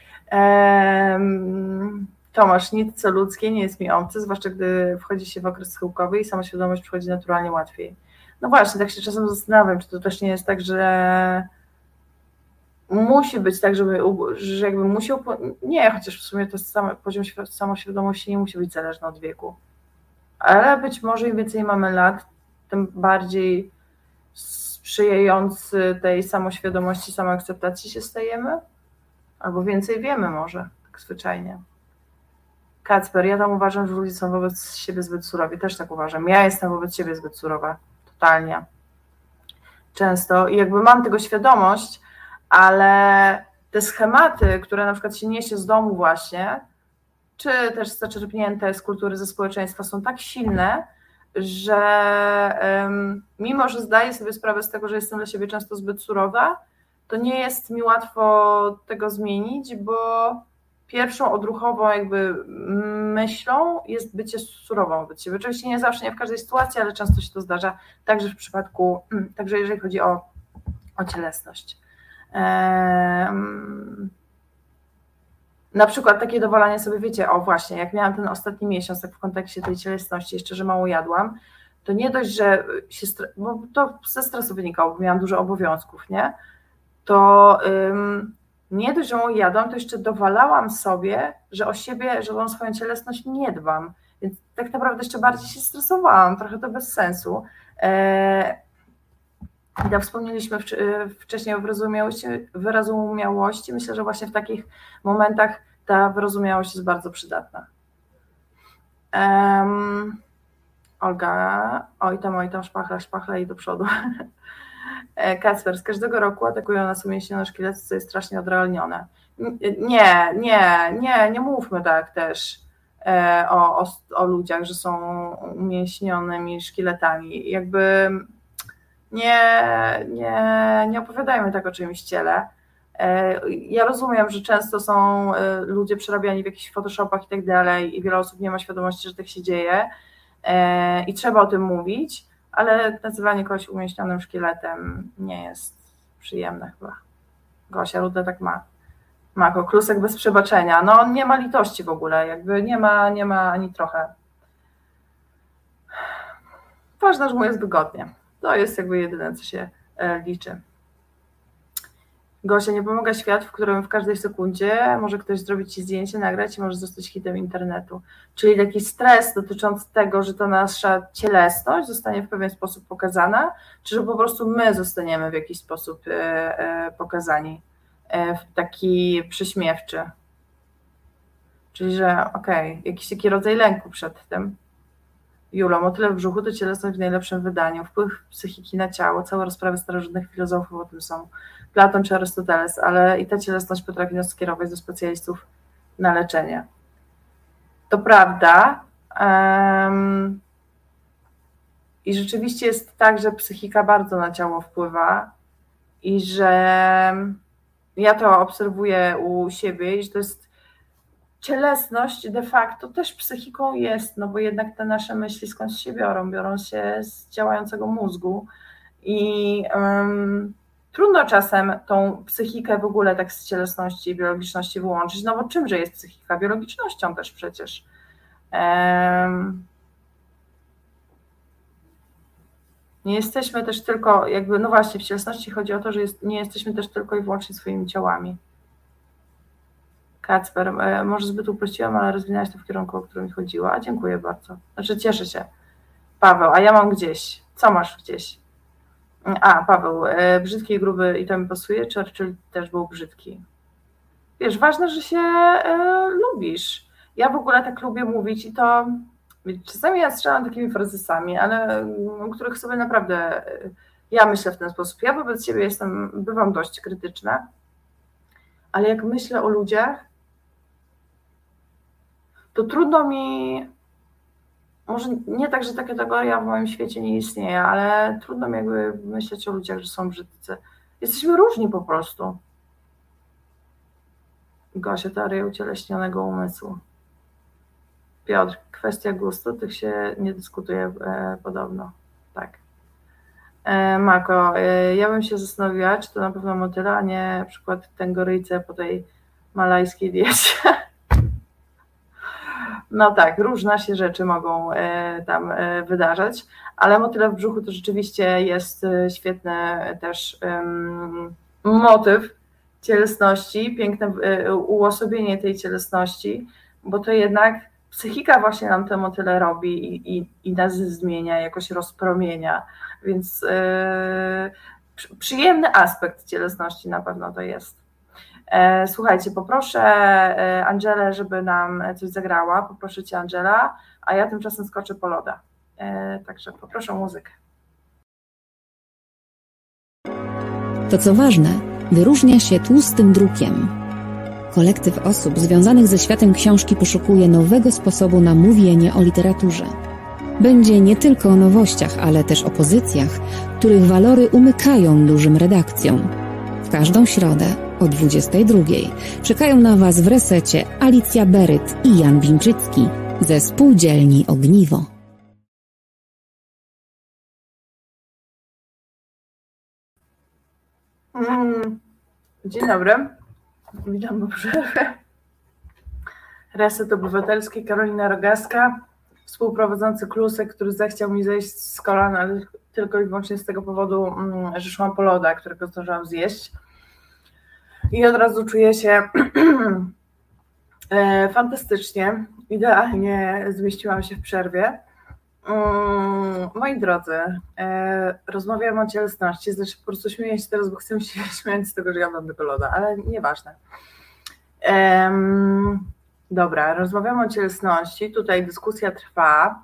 Um, Tomasz, nic co ludzkie nie jest mi obce, zwłaszcza gdy wchodzi się w okres schyłkowy i samoświadomość przychodzi naturalnie łatwiej. No właśnie, tak się czasem zastanawiam, czy to też nie jest tak, że musi być tak, żeby, że jakby musiał, nie, chociaż w sumie to sam, poziom samoświadomości nie musi być zależny od wieku, ale być może im więcej mamy lat, tym bardziej sprzyjający tej samoświadomości, samoakceptacji się stajemy, albo więcej wiemy może, tak zwyczajnie. Kacper, ja tam uważam, że ludzie są wobec siebie zbyt surowi, też tak uważam, ja jestem wobec siebie zbyt surowa. Totalnie. Często. I jakby mam tego świadomość, ale te schematy, które na przykład się niesie z domu właśnie, czy też zaczerpnięte z kultury ze społeczeństwa są tak silne, że um, mimo, że zdaję sobie sprawę z tego, że jestem dla siebie często zbyt surowa, to nie jest mi łatwo tego zmienić, bo pierwszą odruchową jakby myślą jest bycie surową wobec siebie. Oczywiście nie zawsze, nie w każdej sytuacji, ale często się to zdarza, także w przypadku, także jeżeli chodzi o, o cielesność. Um, na przykład takie dowalanie sobie, wiecie, o właśnie, jak miałam ten ostatni miesiąc, tak w kontekście tej cielesności, jeszcze, że mało jadłam, to nie dość, że się, bo to ze stresu wynikało, bo miałam dużo obowiązków, nie? To um, nie dość, że mało jadłam, to jeszcze dowalałam sobie, że o siebie, że o swoją cielesność nie dbam, więc tak naprawdę jeszcze bardziej się stresowałam, trochę to bez sensu. E, Jak wspomnieliśmy wcześniej o wyrozumiałości, wyrozumiałości, myślę, że właśnie w takich momentach ta wyrozumiałość jest bardzo przydatna. Um, Olga, oj tam, oj tam, szpachla, szpachla i do przodu. Kacper, z każdego roku atakują nas umięśnione szkielety, co jest strasznie odrealnione. Nie, nie, nie, nie mówmy tak też o, o, o ludziach, że są umięśnionymi szkieletami. Jakby nie, nie, nie opowiadajmy tak o czymś ciele. Ja rozumiem, że często są ludzie przerabiani w jakichś photoshopach i tak dalej i wiele osób nie ma świadomości, że tak się dzieje i trzeba o tym mówić, ale nazywanie kogoś umięśnionym szkieletem nie jest przyjemne chyba. Gosia Ruda tak ma. Ma klusek bez przebaczenia. No on nie ma litości w ogóle, jakby nie ma, nie ma ani trochę. Ważne, że mu jest wygodnie. To jest jakby jedyne, co się liczy. Gosia, nie pomaga świat, w którym w każdej sekundzie może ktoś zrobić ci zdjęcie, nagrać i może zostać hitem internetu. Czyli taki stres dotyczący tego, że to nasza cielesność zostanie w pewien sposób pokazana, czy że po prostu my zostaniemy w jakiś sposób pokazani w taki przyśmiewczy. Czyli, że okej, okay, jakiś taki rodzaj lęku przed tym. Julo, motyle w brzuchu to cielesność w najlepszym wydaniu. Wpływ psychiki na ciało, całe rozprawy starożytnych filozofów o tym są. Platon czy Arystoteles, ale i ta cielesność potrafi nas skierować do specjalistów na leczenie. To prawda. Um, I rzeczywiście jest tak, że psychika bardzo na ciało wpływa i że ja to obserwuję u siebie i że to jest cielesność de facto też psychiką jest, no bo jednak te nasze myśli skąd się biorą? Biorą się z działającego mózgu i um, trudno czasem tą psychikę w ogóle tak z cielesności i biologiczności wyłączyć, no bo czymże jest psychika? Biologicznością też przecież. Um, nie jesteśmy też tylko, jakby, no właśnie w cielesności chodzi o to, że jest, nie jesteśmy też tylko i wyłącznie swoimi ciałami. Kacper, może zbyt uprościłam, ale rozwinęłaś to w kierunku, o którym mi chodziło. A dziękuję bardzo. Znaczy cieszę się. Paweł, a ja mam gdzieś. Co masz gdzieś? A, Paweł, brzydki i gruby i to mi pasuje, czy Churchill też był brzydki? Wiesz, ważne, że się e, lubisz. Ja w ogóle tak lubię mówić i to czasami ja strzelam takimi frazesami, ale o których sobie naprawdę ja myślę w ten sposób. Ja wobec siebie jestem, bywam dość krytyczna, ale jak myślę o ludziach, to trudno mi, może nie tak, że ta kategoria w moim świecie nie istnieje, ale trudno mi jakby myśleć o ludziach, że są brzydcy. Jesteśmy różni po prostu. Gosia, teoria ucieleśnionego umysłu. Piotr, kwestia gustu, tych się nie dyskutuje e, podobno. Tak. E, Mako, e, ja bym się zastanowiła, czy to na pewno motyla, a nie na przykład tęgoryjce po tej malajskiej diecie. No tak, różne się rzeczy mogą e, tam e, wydarzać, ale motyle w brzuchu to rzeczywiście jest e, świetny też um, motyw cielesności, piękne e, uosobienie tej cielesności, bo to jednak psychika właśnie nam te motyle robi i, i, i nas zmienia, jakoś rozpromienia, więc e, przyjemny aspekt cielesności na pewno to jest. Słuchajcie, poproszę Angelę, żeby nam coś zagrała, poproszę Cię Angela, a ja tymczasem skoczę po loda. Także poproszę o muzykę. To co ważne, wyróżnia się tłustym drukiem. Kolektyw osób związanych ze światem książki poszukuje nowego sposobu na mówienie o literaturze. Będzie nie tylko o nowościach, ale też o pozycjach, których walory umykają dużym redakcjom. W każdą środę o dwudziestej drugiej. Czekają na Was w resecie Alicja Beryt i Jan Winczycki ze Spółdzielni Ogniwo. Mm. Dzień dobry, witam po przerwie. Reset Obywatelski, Karolina Rogaska, współprowadzący Klusek, który zechciał mi zejść z kolan, ale tylko i wyłącznie z tego powodu, że szłam po loda, którego zdążyłam zjeść. I od razu czuję się fantastycznie, idealnie zmieściłam się w przerwie. Moi drodzy, rozmawiam o cielesności, znaczy po prostu śmieję się teraz, bo chcę się śmiać z tego, że ja mam tego loda, ale nieważne. Dobra, rozmawiamy o cielesności, tutaj dyskusja trwa,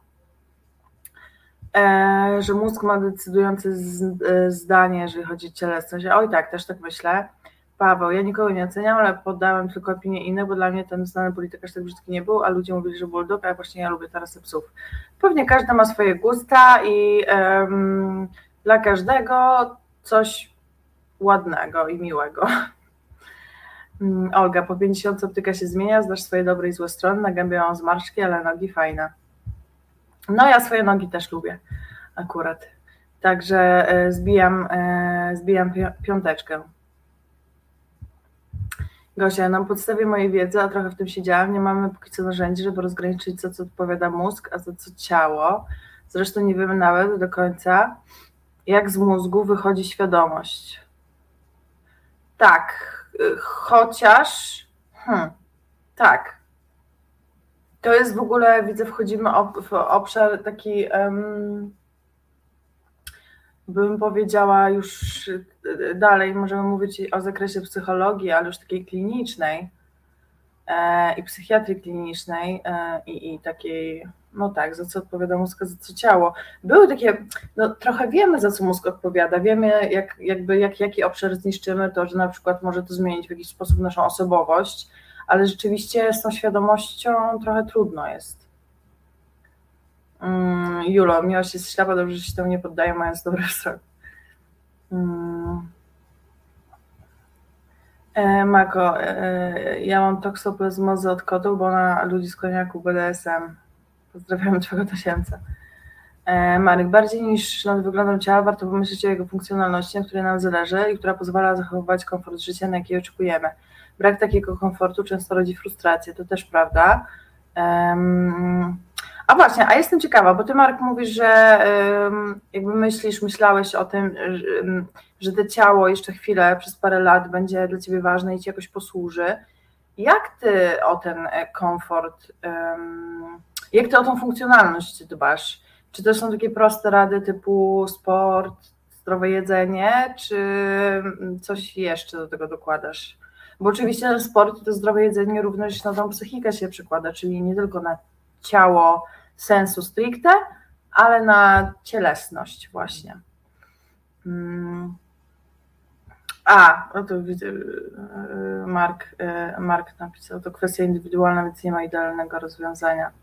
że mózg ma decydujące zdanie, jeżeli chodzi o cielesność. Oj tak, też tak myślę. Paweł, ja nikogo nie oceniam, ale poddałem tylko opinię innych, bo dla mnie ten znany politykarz tak brzydki nie był, a ludzie mówili, że bulldog, a właśnie ja lubię tarasy psów. Pewnie każdy ma swoje gusta i um, dla każdego coś ładnego i miłego. Um, Olga, po pięćdziesiątce optyka się zmienia, znasz swoje dobre i złe strony, na gębie mam zmarszczki, ale nogi fajne. No ja swoje nogi też lubię akurat, także e, zbijam, e, zbijam piąteczkę. Gosia, na podstawie mojej wiedzy, a trochę w tym siedziałam, nie mamy póki co narzędzi, żeby rozgraniczyć, za co odpowiada mózg, a za co ciało. Zresztą nie wiemy nawet do końca, jak z mózgu wychodzi świadomość. Tak, chociaż... Hmm, tak. To jest w ogóle, widzę, wchodzimy w obszar taki... Um, bym powiedziała już dalej, możemy mówić o zakresie psychologii, ale już takiej klinicznej e, i psychiatrii klinicznej e, i, i takiej, no tak, za co odpowiada mózg, za co ciało. Były takie, no trochę wiemy, za co mózg odpowiada, wiemy jak, jakby jak, jaki obszar zniszczymy, to że na przykład może to zmienić w jakiś sposób naszą osobowość, ale rzeczywiście z tą świadomością trochę trudno jest. Mm, Julo, miłość jest ślepa, dobrze, że się temu nie poddaje, mając dobry wzrok. Mm. E, Mako, e, ja mam toksoplazmozę od kotów, bo na ludzi z koniaku B D S M. Pozdrawiamy twojego tasiemca. E, Marek, bardziej niż nad wyglądem ciała warto pomyśleć o jego funkcjonalności, na której nam zależy i która pozwala zachowywać komfort życia, na jaki oczekujemy. Brak takiego komfortu często rodzi frustrację, to też prawda. Um, A właśnie, a jestem ciekawa, bo ty, Marek, mówisz, że jakby myślisz, myślałeś o tym, że to ciało jeszcze chwilę, przez parę lat będzie dla ciebie ważne i ci jakoś posłuży. Jak ty o ten komfort, jak ty o tą funkcjonalność dbasz? Czy to są takie proste rady typu sport, zdrowe jedzenie, czy coś jeszcze do tego dokładasz? Bo oczywiście ten sport i to zdrowe jedzenie również na tą psychikę się przekłada, czyli nie tylko na ciało sensu stricte, ale na cielesność właśnie. A, no to widzę, Mark, Mark napisał, to kwestia indywidualna, więc nie ma idealnego rozwiązania.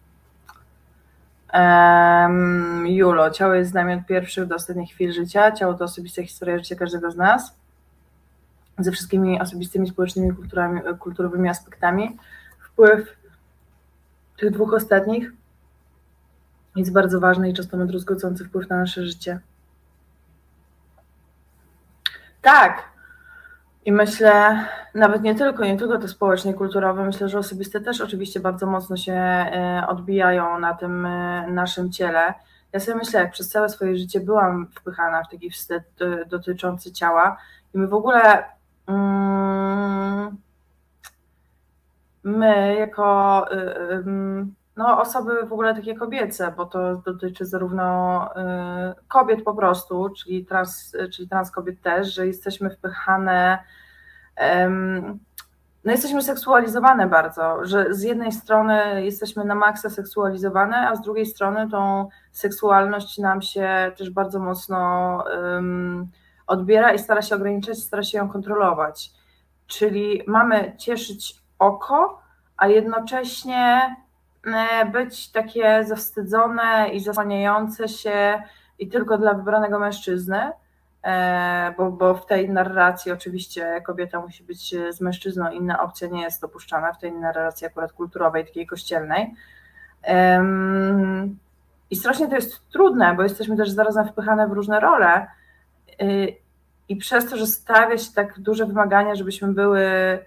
Um, Julo, ciało jest z nami od pierwszych do ostatnich chwil życia, ciało to osobista historia życia każdego z nas, ze wszystkimi osobistymi, społecznymi, kulturami, kulturowymi aspektami. Wpływ tych dwóch ostatnich jest bardzo ważny i często ma druzgocący wpływ na nasze życie. Tak. I myślę, nawet nie tylko, nie tylko te społeczne i kulturowe, myślę, że osobiste też oczywiście bardzo mocno się odbijają na tym naszym ciele. Ja sobie myślę, jak przez całe swoje życie byłam wpychana w taki wstyd dotyczący ciała i my w ogóle mm, my jako no, osoby w ogóle takie kobiece, bo to dotyczy zarówno kobiet po prostu, czyli trans, czyli trans kobiet też, że jesteśmy wpychane, no jesteśmy seksualizowane bardzo, że z jednej strony jesteśmy na maksa seksualizowane, a z drugiej strony tą seksualność nam się też bardzo mocno odbiera i stara się ograniczać, stara się ją kontrolować. Czyli mamy cieszyć oko, a jednocześnie być takie zawstydzone i zasłaniające się i tylko dla wybranego mężczyzny, bo, bo w tej narracji oczywiście kobieta musi być z mężczyzną, inna opcja nie jest dopuszczana w tej narracji akurat kulturowej, takiej kościelnej. I strasznie to jest trudne, bo jesteśmy też zarazem wpychane w różne role i przez to, że stawia się tak duże wymagania, żebyśmy były,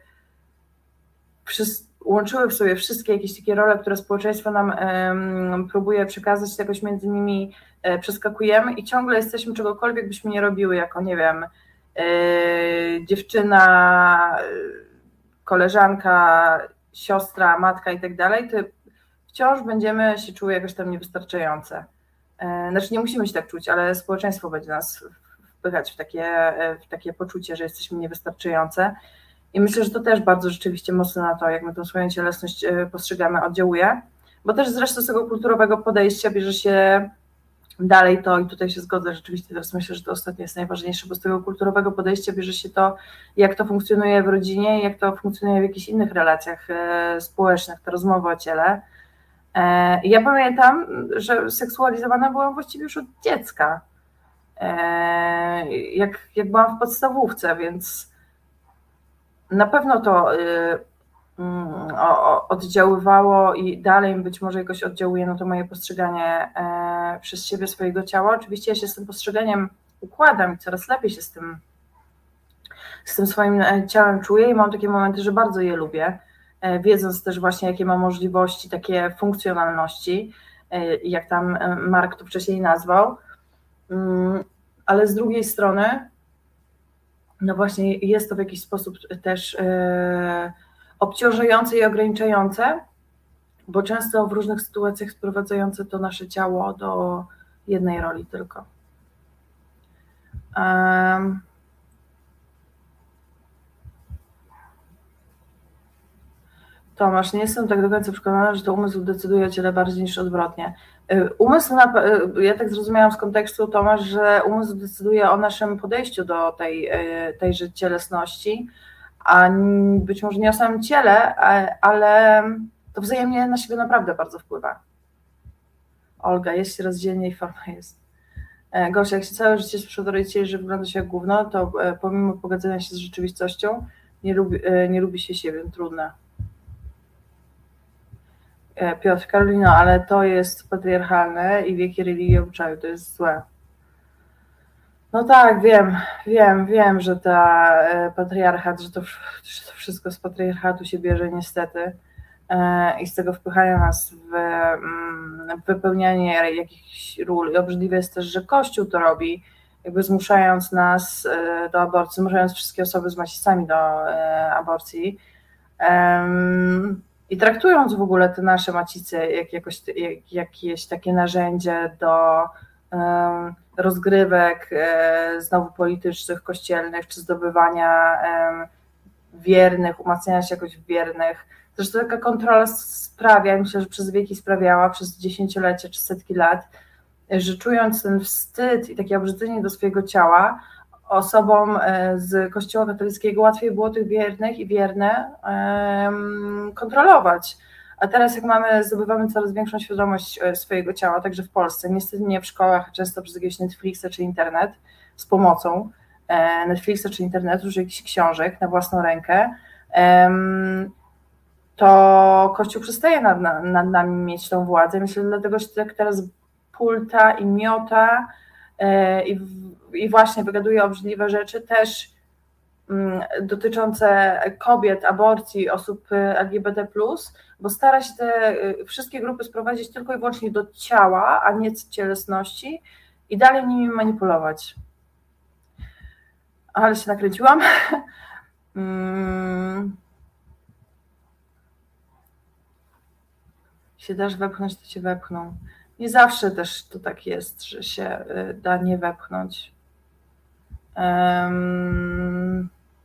łączyły w sobie wszystkie jakieś takie role, które społeczeństwo nam um, próbuje przekazać, jakoś między nimi e, przeskakujemy i ciągle jesteśmy, czegokolwiek byśmy nie robiły, jako nie wiem, e, dziewczyna, koleżanka, siostra, matka i tak dalej, to wciąż będziemy się czuły jakoś tam niewystarczające. E, znaczy nie musimy się tak czuć, ale społeczeństwo będzie nas wpychać w takie, w takie poczucie, że jesteśmy niewystarczające. I myślę, że to też bardzo rzeczywiście mocno na to, jak my tą swoją cielesność postrzegamy, oddziałuje, bo też zresztą z tego kulturowego podejścia bierze się dalej to, i tutaj się zgodzę, rzeczywiście teraz myślę, że to ostatnie jest najważniejsze, bo z tego kulturowego podejścia bierze się to, jak to funkcjonuje w rodzinie i jak to funkcjonuje w jakichś innych relacjach społecznych, te rozmowy o ciele. Ja pamiętam, że seksualizowana byłam właściwie już od dziecka, jak, jak byłam w podstawówce, więc na pewno to y, y, o, oddziaływało i dalej być może jakoś oddziałuje na to moje postrzeganie y, przez siebie swojego ciała. Oczywiście ja się z tym postrzeganiem układam i coraz lepiej się z tym, z tym swoim ciałem czuję i mam takie momenty, że bardzo je lubię, y, wiedząc też właśnie, jakie ma możliwości, takie funkcjonalności, y, jak tam Mark to wcześniej nazwał, y, ale z drugiej strony no właśnie jest to w jakiś sposób też e, obciążające i ograniczające, bo często w różnych sytuacjach sprowadzające to nasze ciało do jednej roli tylko. Um, Tomasz, nie jestem tak do końca przekonana, że to umysł decyduje o ciele bardziej niż odwrotnie. Umysł, na, ja tak zrozumiałam z kontekstu, Tomasz, że umysł decyduje o naszym podejściu do tej, tejże cielesności, a być może nie o samym ciele, ale to wzajemnie na siebie naprawdę bardzo wpływa. Olga, jest się rozdzielnie i forma jest. Gosia, jak się całe życie przekonujecie, że wygląda się jak gówno, to pomimo pogodzenia się z rzeczywistością nie lubi, nie lubi się siebie, trudne. Piotr, Karolino, ale to jest patriarchalne i wieki religii obuczają, to jest złe. No tak, wiem, wiem, wiem, że ta patriarchat, że to, że to wszystko z patriarchatu się bierze niestety i z tego wpychania nas w, w wypełnianie jakichś ról. I obrzydliwe jest też, że Kościół to robi, jakby zmuszając nas do aborcji, zmuszając wszystkie osoby z macicami do aborcji. I traktując w ogóle te nasze macice jak, jakoś, jak jakieś takie narzędzie do um, rozgrywek um, znowu politycznych, kościelnych, czy zdobywania um, wiernych, umacniania się jakoś w wiernych. Zresztą taka kontrola sprawia, myślę, że przez wieki sprawiała, przez dziesięciolecia czy setki lat, że czując ten wstyd i takie obrzydzenie do swojego ciała, osobom z Kościoła katolickiego łatwiej było tych wiernych i wierne um, kontrolować. A teraz jak mamy, zdobywamy coraz większą świadomość swojego ciała, także w Polsce, niestety nie w szkołach, często przez jakiegoś Netflixa czy internet, z pomocą Netflixa czy internetu, czy jakichś książek na własną rękę, um, to Kościół przestaje nad, nad nami mieć tą władzę. Myślę, dlatego, że tak teraz pulta i miota e, i i właśnie wygaduje obrzydliwe rzeczy też dotyczące kobiet, aborcji, osób L G B T plus, bo stara się te wszystkie grupy sprowadzić tylko i wyłącznie do ciała, a nie cielesności i dalej nimi manipulować. Ale się nakręciłam. Się dasz wepchnąć, to cię wepchną. Nie zawsze też to tak jest, że się da nie wepchnąć. Um,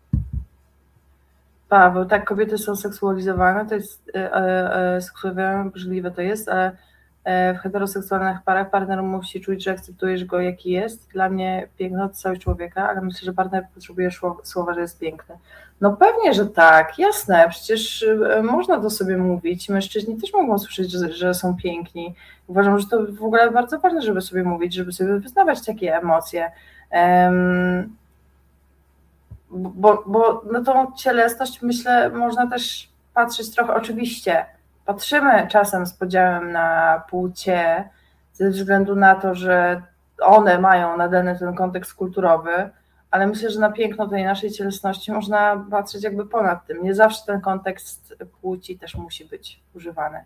Paweł, tak, kobiety są seksualizowane, to jest e, e, seksualizowane, obrzydliwe to jest, ale w heteroseksualnych parach partner musi czuć, że akceptujesz go jaki jest. Dla mnie piękno to cały człowieka, ale myślę, że partner potrzebuje słowa, że jest piękny. No pewnie, że tak, jasne, przecież można to sobie mówić, mężczyźni też mogą słyszeć, że, że są piękni. Uważam, że to w ogóle bardzo ważne, żeby sobie mówić, żeby sobie wyznawać takie emocje. Um, bo, bo na tą cielesność, myślę, można też patrzeć trochę, oczywiście patrzymy czasem z podziałem na płcie, ze względu na to, że one mają nadany ten kontekst kulturowy, ale myślę, że na piękno tej naszej cielesności można patrzeć jakby ponad tym. Nie zawsze ten kontekst płci też musi być używany.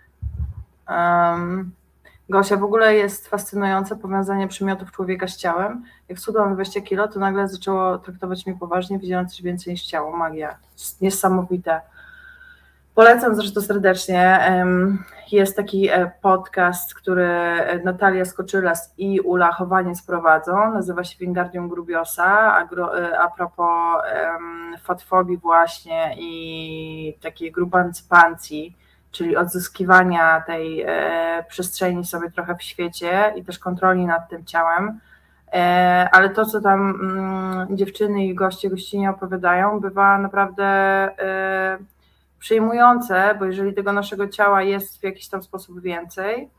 Um, Gosia, w ogóle jest fascynujące powiązanie przymiotów człowieka z ciałem. Jak schudłam dwadzieścia kilo, to nagle zaczęło traktować mnie poważnie, widziałam coś więcej niż ciało. Magia. Niesamowite. Polecam zresztą serdecznie. Jest taki podcast, który Natalia Skoczylas i Ula Chowaniec prowadzą. Nazywa się Wingardium Grubiosa, a, a propos fatfobii właśnie i takiej grubancypancji, czyli odzyskiwania tej przestrzeni sobie trochę w świecie i też kontroli nad tym ciałem. Ale to, co tam dziewczyny i goście, gościnie opowiadają, bywa naprawdę przejmujące, bo jeżeli tego naszego ciała jest w jakiś tam sposób więcej,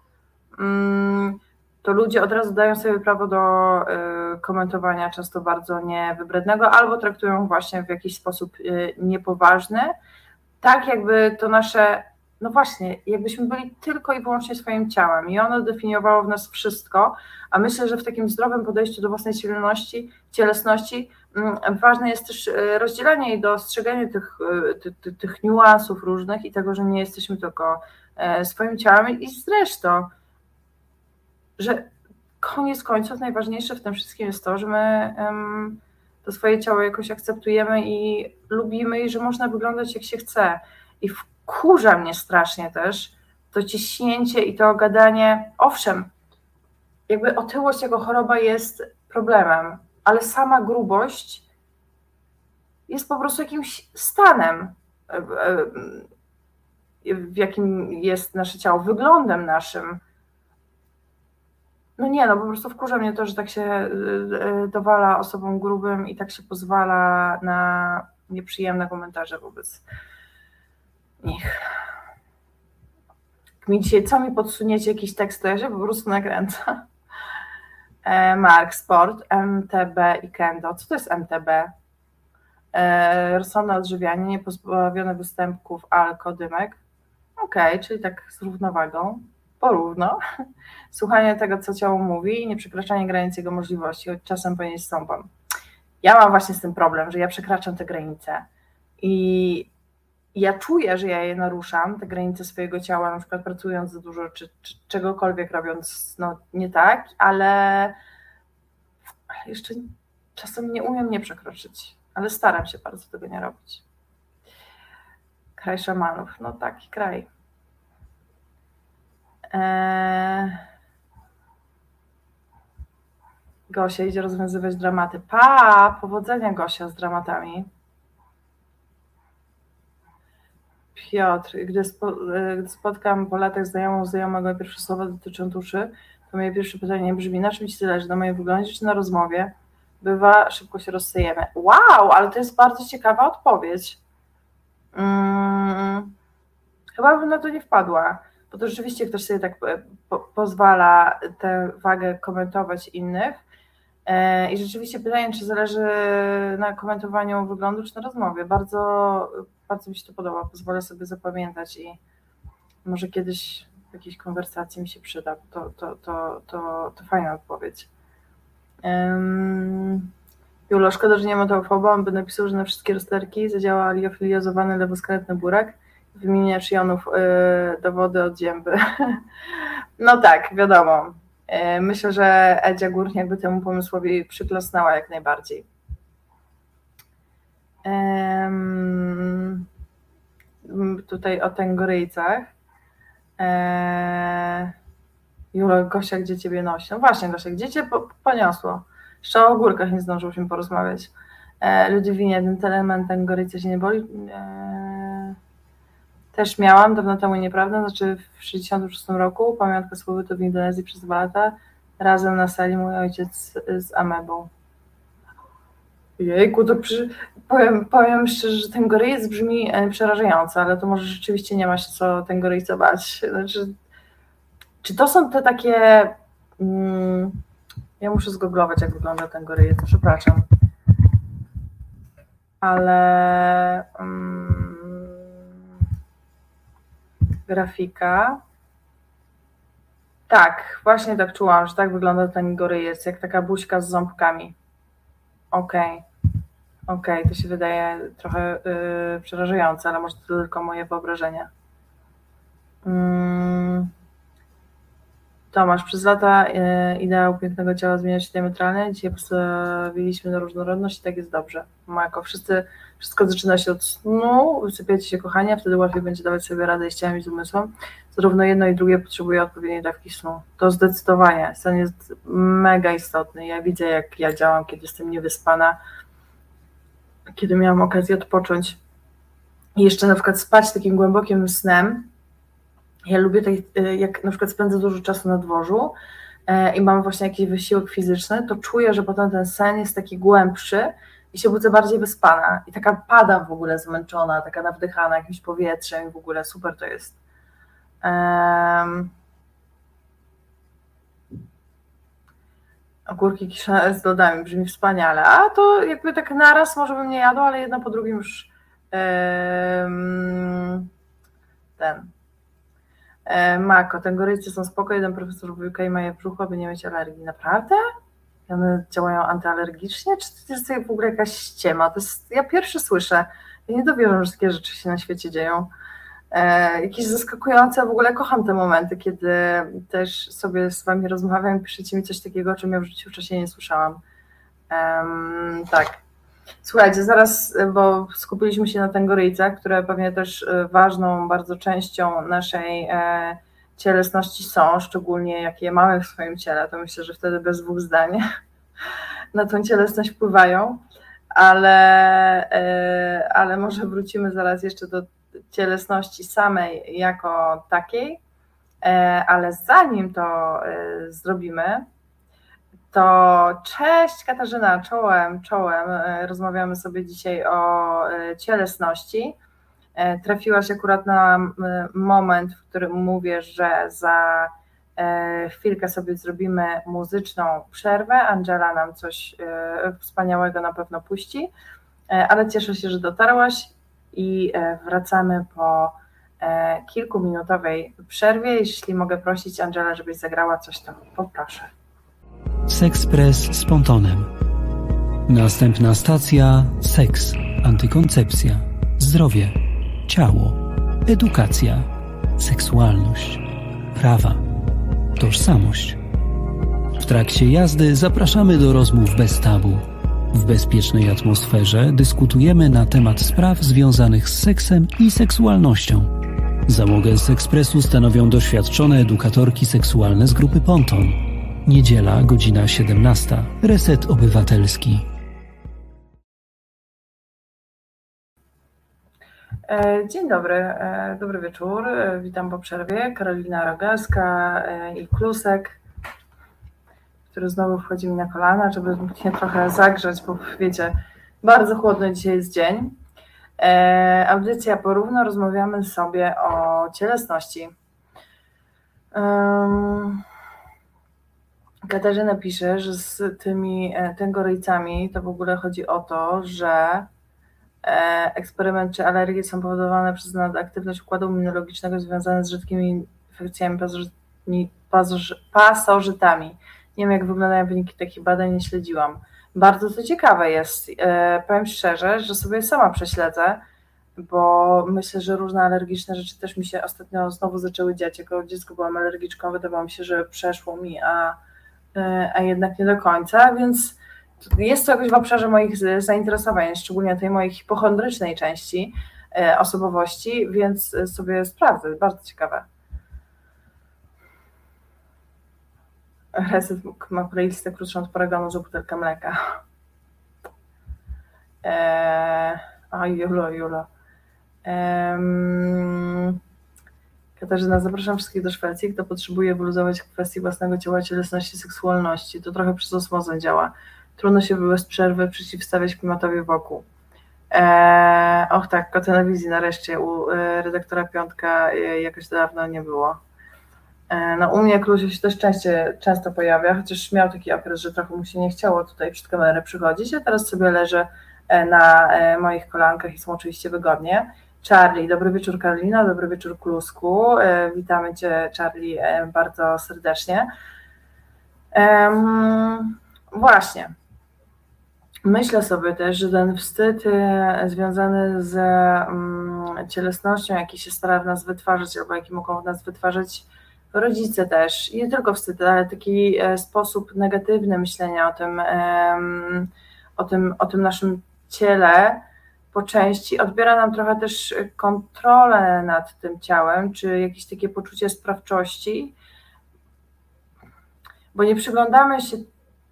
to ludzie od razu dają sobie prawo do komentowania często bardzo niewybrednego albo traktują właśnie w jakiś sposób niepoważny, tak jakby to nasze, no właśnie, jakbyśmy byli tylko i wyłącznie swoim ciałem i ono definiowało w nas wszystko, a myślę, że w takim zdrowym podejściu do własnej cielesności, cielesności ważne jest też rozdzielanie i dostrzeganie tych, tych, tych niuansów różnych i tego, że nie jesteśmy tylko swoim ciałem i zresztą, że koniec końców najważniejsze w tym wszystkim jest to, że my to swoje ciało jakoś akceptujemy i lubimy i że można wyglądać jak się chce. I wkurza mnie strasznie też to ciśnięcie i to gadanie, owszem, jakby otyłość jako choroba jest problemem, ale sama grubość jest po prostu jakimś stanem, w jakim jest nasze ciało, wyglądem naszym. No nie, no po prostu wkurza mnie to, że tak się dowala osobom grubym i tak się pozwala na nieprzyjemne komentarze wobec nich. Mi dzisiaj, co mi podsuniecie jakiś tekst, to ja się po prostu nakręcę. Mark, sport, M T B i kendo. Co to jest M T B? Rozsądne odżywianie, niepozbawione występków alko-dymek. Okej, okay, czyli tak z równowagą, porówno. Słuchanie tego, co ciało mówi i nie przekraczanie granic jego możliwości, choć czasem powinieneś stąpam. Ja mam właśnie z tym problem, że ja przekraczam te granice i ja czuję, że ja je naruszam, te granice swojego ciała, na przykład pracując za dużo, czy, czy czegokolwiek robiąc no, nie tak, ale jeszcze czasem nie umiem nie przekroczyć, ale staram się bardzo tego nie robić. Kraj szamanów, no taki kraj. Eee... Gosia idzie rozwiązywać dramaty. Pa! Powodzenia, Gosia, z dramatami. Piotr, gdy, spo, gdy spotkam po latach znajomą znajomego i pierwsze słowa dotyczą tuszy, to moje pierwsze pytanie brzmi, na czym ci zależy, na moim wyglądzie czy na rozmowie? Bywa, szybko się rozstajemy. Wow, ale to jest bardzo ciekawa odpowiedź. Hmm, chyba bym na to nie wpadła, bo to rzeczywiście ktoś sobie tak po, pozwala tę wagę komentować innych. I rzeczywiście pytanie, czy zależy na komentowaniu wyglądu, czy na rozmowie. Bardzo, bardzo mi się to podoba, pozwolę sobie zapamiętać i może kiedyś w jakiejś konwersacji mi się przyda. To, to, to, to, to fajna odpowiedź. Um, Julo, szkoda, że nie ma to foba, on by napisał, że na wszystkie rozterki zadziała liofilizowany lewoskrętny burak, wymieniacz jonów yy, do wody od zięby. No tak, wiadomo. Myślę, że Edzia Górniak by temu pomysłowi przyklasnęła jak najbardziej. Um, tutaj o tęgoryjcach. Eee, Julo, Gosia, gdzie ciebie nosi? No właśnie, Gosia, gdzie cię po, poniosło? Jeszcze o ogórkach nie zdążyłyśmy porozmawiać. Eee, Ludwinie, ten element tęgoryjca się nie boli? Eee, też miałam, dawno temu nieprawda, znaczy w sześćdziesiątym szóstym roku, pamiątka słowy w Indonezji przez dwa lata, razem na sali mój ojciec z amebą. Jejku, to przy... powiem, powiem szczerze, że tęgoryjec brzmi przerażająco, ale to może rzeczywiście nie ma się co tęgoryjca bać. Znaczy, czy to są te takie, mm, Ja muszę zgooglować, jak wygląda ten goryjec, przepraszam. Ale um, grafika. Tak, właśnie tak czułam, że tak wygląda ten goryjec, jak taka buźka z ząbkami. Okej, okay. okej, okay. To się wydaje trochę yy, przerażające, ale może to tylko moje wyobrażenie. Hmm. Tomasz, przez lata yy, ideał pięknego ciała zmienia się diametralnie. Dzisiaj postawiliśmy na różnorodność i tak jest dobrze. Majko, wszyscy, wszystko zaczyna się od snu, wysypiacie się kochania, wtedy łatwiej będzie dawać sobie radę z ciałem i z umysłem. Zarówno jedno i drugie potrzebuje odpowiedniej dawki snu. To zdecydowanie, sen jest mega istotny. Ja widzę, jak ja działam, kiedy jestem niewyspana, kiedy miałam okazję odpocząć i jeszcze na przykład spać takim głębokim snem. Ja lubię, tak, jak na przykład spędzę dużo czasu na dworzu i mam właśnie jakiś wysiłek fizyczny, to czuję, że potem ten sen jest taki głębszy i się budzę bardziej wyspana i taka padam w ogóle zmęczona, taka nawdychana jakimś powietrzem i w ogóle super to jest. Um, ogórki kiszone z lodami, brzmi wspaniale, a to jakby tak naraz może bym nie jadła, ale jedno po drugim już um, ten Mako, ten goryjcy są spoko, jeden profesor w U K ma je w brzuchu, aby nie mieć alergii. Naprawdę? I one działają antyalergicznie? Czy to jest w ogóle jakaś ściema? To jest, ja pierwszy słyszę. Ja nie dowierzam, że takie rzeczy się na świecie dzieją. E, jakieś zaskakujące, w ogóle kocham te momenty, kiedy też sobie z wami rozmawiam i piszecie mi coś takiego, o czym ja w życiu wcześniej nie słyszałam. Um, tak. Słuchajcie, zaraz, bo skupiliśmy się na tengoryjcach, które pewnie też ważną bardzo częścią naszej e, cielesności są, szczególnie jak je mamy w swoim ciele, to myślę, że wtedy bez dwóch zdań na tą cielesność wpływają, ale, e, ale może wrócimy zaraz jeszcze do cielesności samej jako takiej, e, ale zanim to e, zrobimy, to cześć Katarzyna, czołem, czołem. Rozmawiamy sobie dzisiaj o cielesności. Trafiłaś akurat na moment, w którym mówię, że za chwilkę sobie zrobimy muzyczną przerwę. Angela nam coś wspaniałego na pewno puści, ale cieszę się, że dotarłaś i wracamy po kilkuminutowej przerwie. Jeśli mogę prosić Angela, żebyś zagrała coś, to poproszę. Sexpress z Pontonem. Następna stacja: seks, antykoncepcja, zdrowie, ciało, edukacja, seksualność, prawa, tożsamość. W trakcie jazdy zapraszamy do rozmów bez tabu. W bezpiecznej atmosferze dyskutujemy na temat spraw związanych z seksem i seksualnością. Załogę Sexpressu stanowią doświadczone edukatorki seksualne z grupy Ponton. Niedziela, godzina siedemnasta. Reset Obywatelski. Dzień dobry, dobry wieczór. Witam po przerwie. Karolina Rogalska i Klusek, który znowu wchodzi mi na kolana, żeby mnie trochę zagrzać, bo wiecie, bardzo chłodny dzisiaj jest dzień. Audycja Porówno, rozmawiamy sobie o cielesności. Um, Katarzyna pisze, że z tymi tengoryjcami to w ogóle chodzi o to, że eksperyment czy alergie są powodowane przez nadaktywność układu immunologicznego związane z rzadkimi infekcjami pasożytami. Nie wiem, jak wyglądają wyniki takich badań, nie śledziłam. Bardzo to ciekawe jest. Powiem szczerze, że sobie sama prześledzę, bo myślę, że różne alergiczne rzeczy też mi się ostatnio znowu zaczęły dziać. Jako dziecko byłam alergiczką, wydawało mi się, że przeszło mi, a, a jednak nie do końca, więc jest to jakoś w obszarze moich zainteresowań, szczególnie tej mojej hipochondrycznej części osobowości, więc sobie sprawdzę, bardzo ciekawe. Reset ma playlistę krótszą od Paragonu za butelkę mleka. Eee, a Julo, Julo. Eee, Katarzyna, zapraszam wszystkich do Szwecji, kto potrzebuje wyluzować kwestii własnego ciała, cielesności, seksualności. To trochę przez osmozę działa. Trudno się bez przerwy przeciwstawiać klimatowi wokół. Eee, och tak, o telewizji nareszcie u redaktora Piątka jakoś dawno nie było. No u mnie Klusiu się też częściej, często pojawia, chociaż miał taki okres, że trochę mu się nie chciało tutaj przed kamerę przychodzić, a teraz sobie leży na moich kolankach i są oczywiście wygodnie. Charlie, dobry wieczór Karolina, dobry wieczór Klusku, witamy Cię Charlie bardzo serdecznie. Um, właśnie, myślę sobie też, że ten wstyd związany z um, cielesnością, jaki się stara w nas wytwarzać, albo jaki mogą w nas wytwarzać rodzice też, i nie tylko wstyd, ale taki sposób negatywny myślenia o tym, um, o tym, o tym naszym ciele, po części odbiera nam trochę też kontrolę nad tym ciałem, czy jakieś takie poczucie sprawczości, bo nie przyglądamy się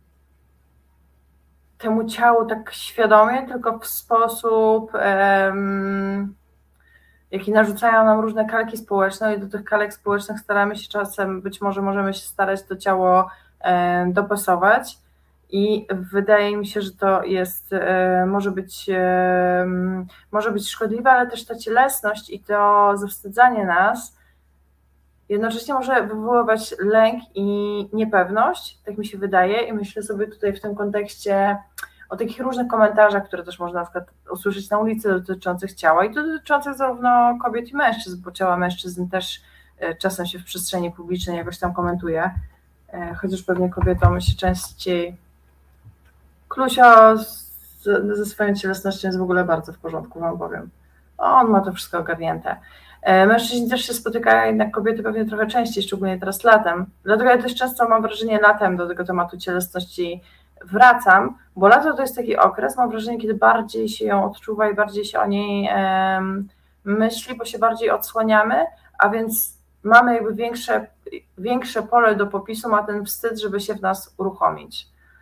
temu ciału tak świadomie, tylko w sposób, um, jaki narzucają nam różne kalki społeczne, i do tych kalek społecznych staramy się czasem, być może możemy się starać to ciało um, dopasować. I wydaje mi się, że to jest, może być, może być szkodliwe, ale też ta cielesność i to zawstydzanie nas jednocześnie może wywoływać lęk i niepewność, tak mi się wydaje, i myślę sobie tutaj w tym kontekście o takich różnych komentarzach, które też można na przykład usłyszeć na ulicy dotyczących ciała, i to dotyczących zarówno kobiet i mężczyzn, bo ciała mężczyzn też czasem się w przestrzeni publicznej jakoś tam komentuje, chociaż pewnie kobietom się częściej. Klusio ze swoją cielesnością jest w ogóle bardzo w porządku, wam powiem. On ma to wszystko ogarnięte. Mężczyźni też się spotykają, jednak kobiety pewnie trochę częściej, szczególnie teraz latem. Dlatego ja też często mam wrażenie, latem do tego tematu cielesności wracam, bo lato to jest taki okres, mam wrażenie, kiedy bardziej się ją odczuwa i bardziej się o niej um, myśli, bo się bardziej odsłaniamy, a więc mamy jakby większe, większe pole do popisu, ma ten wstyd, żeby się w nas uruchomić.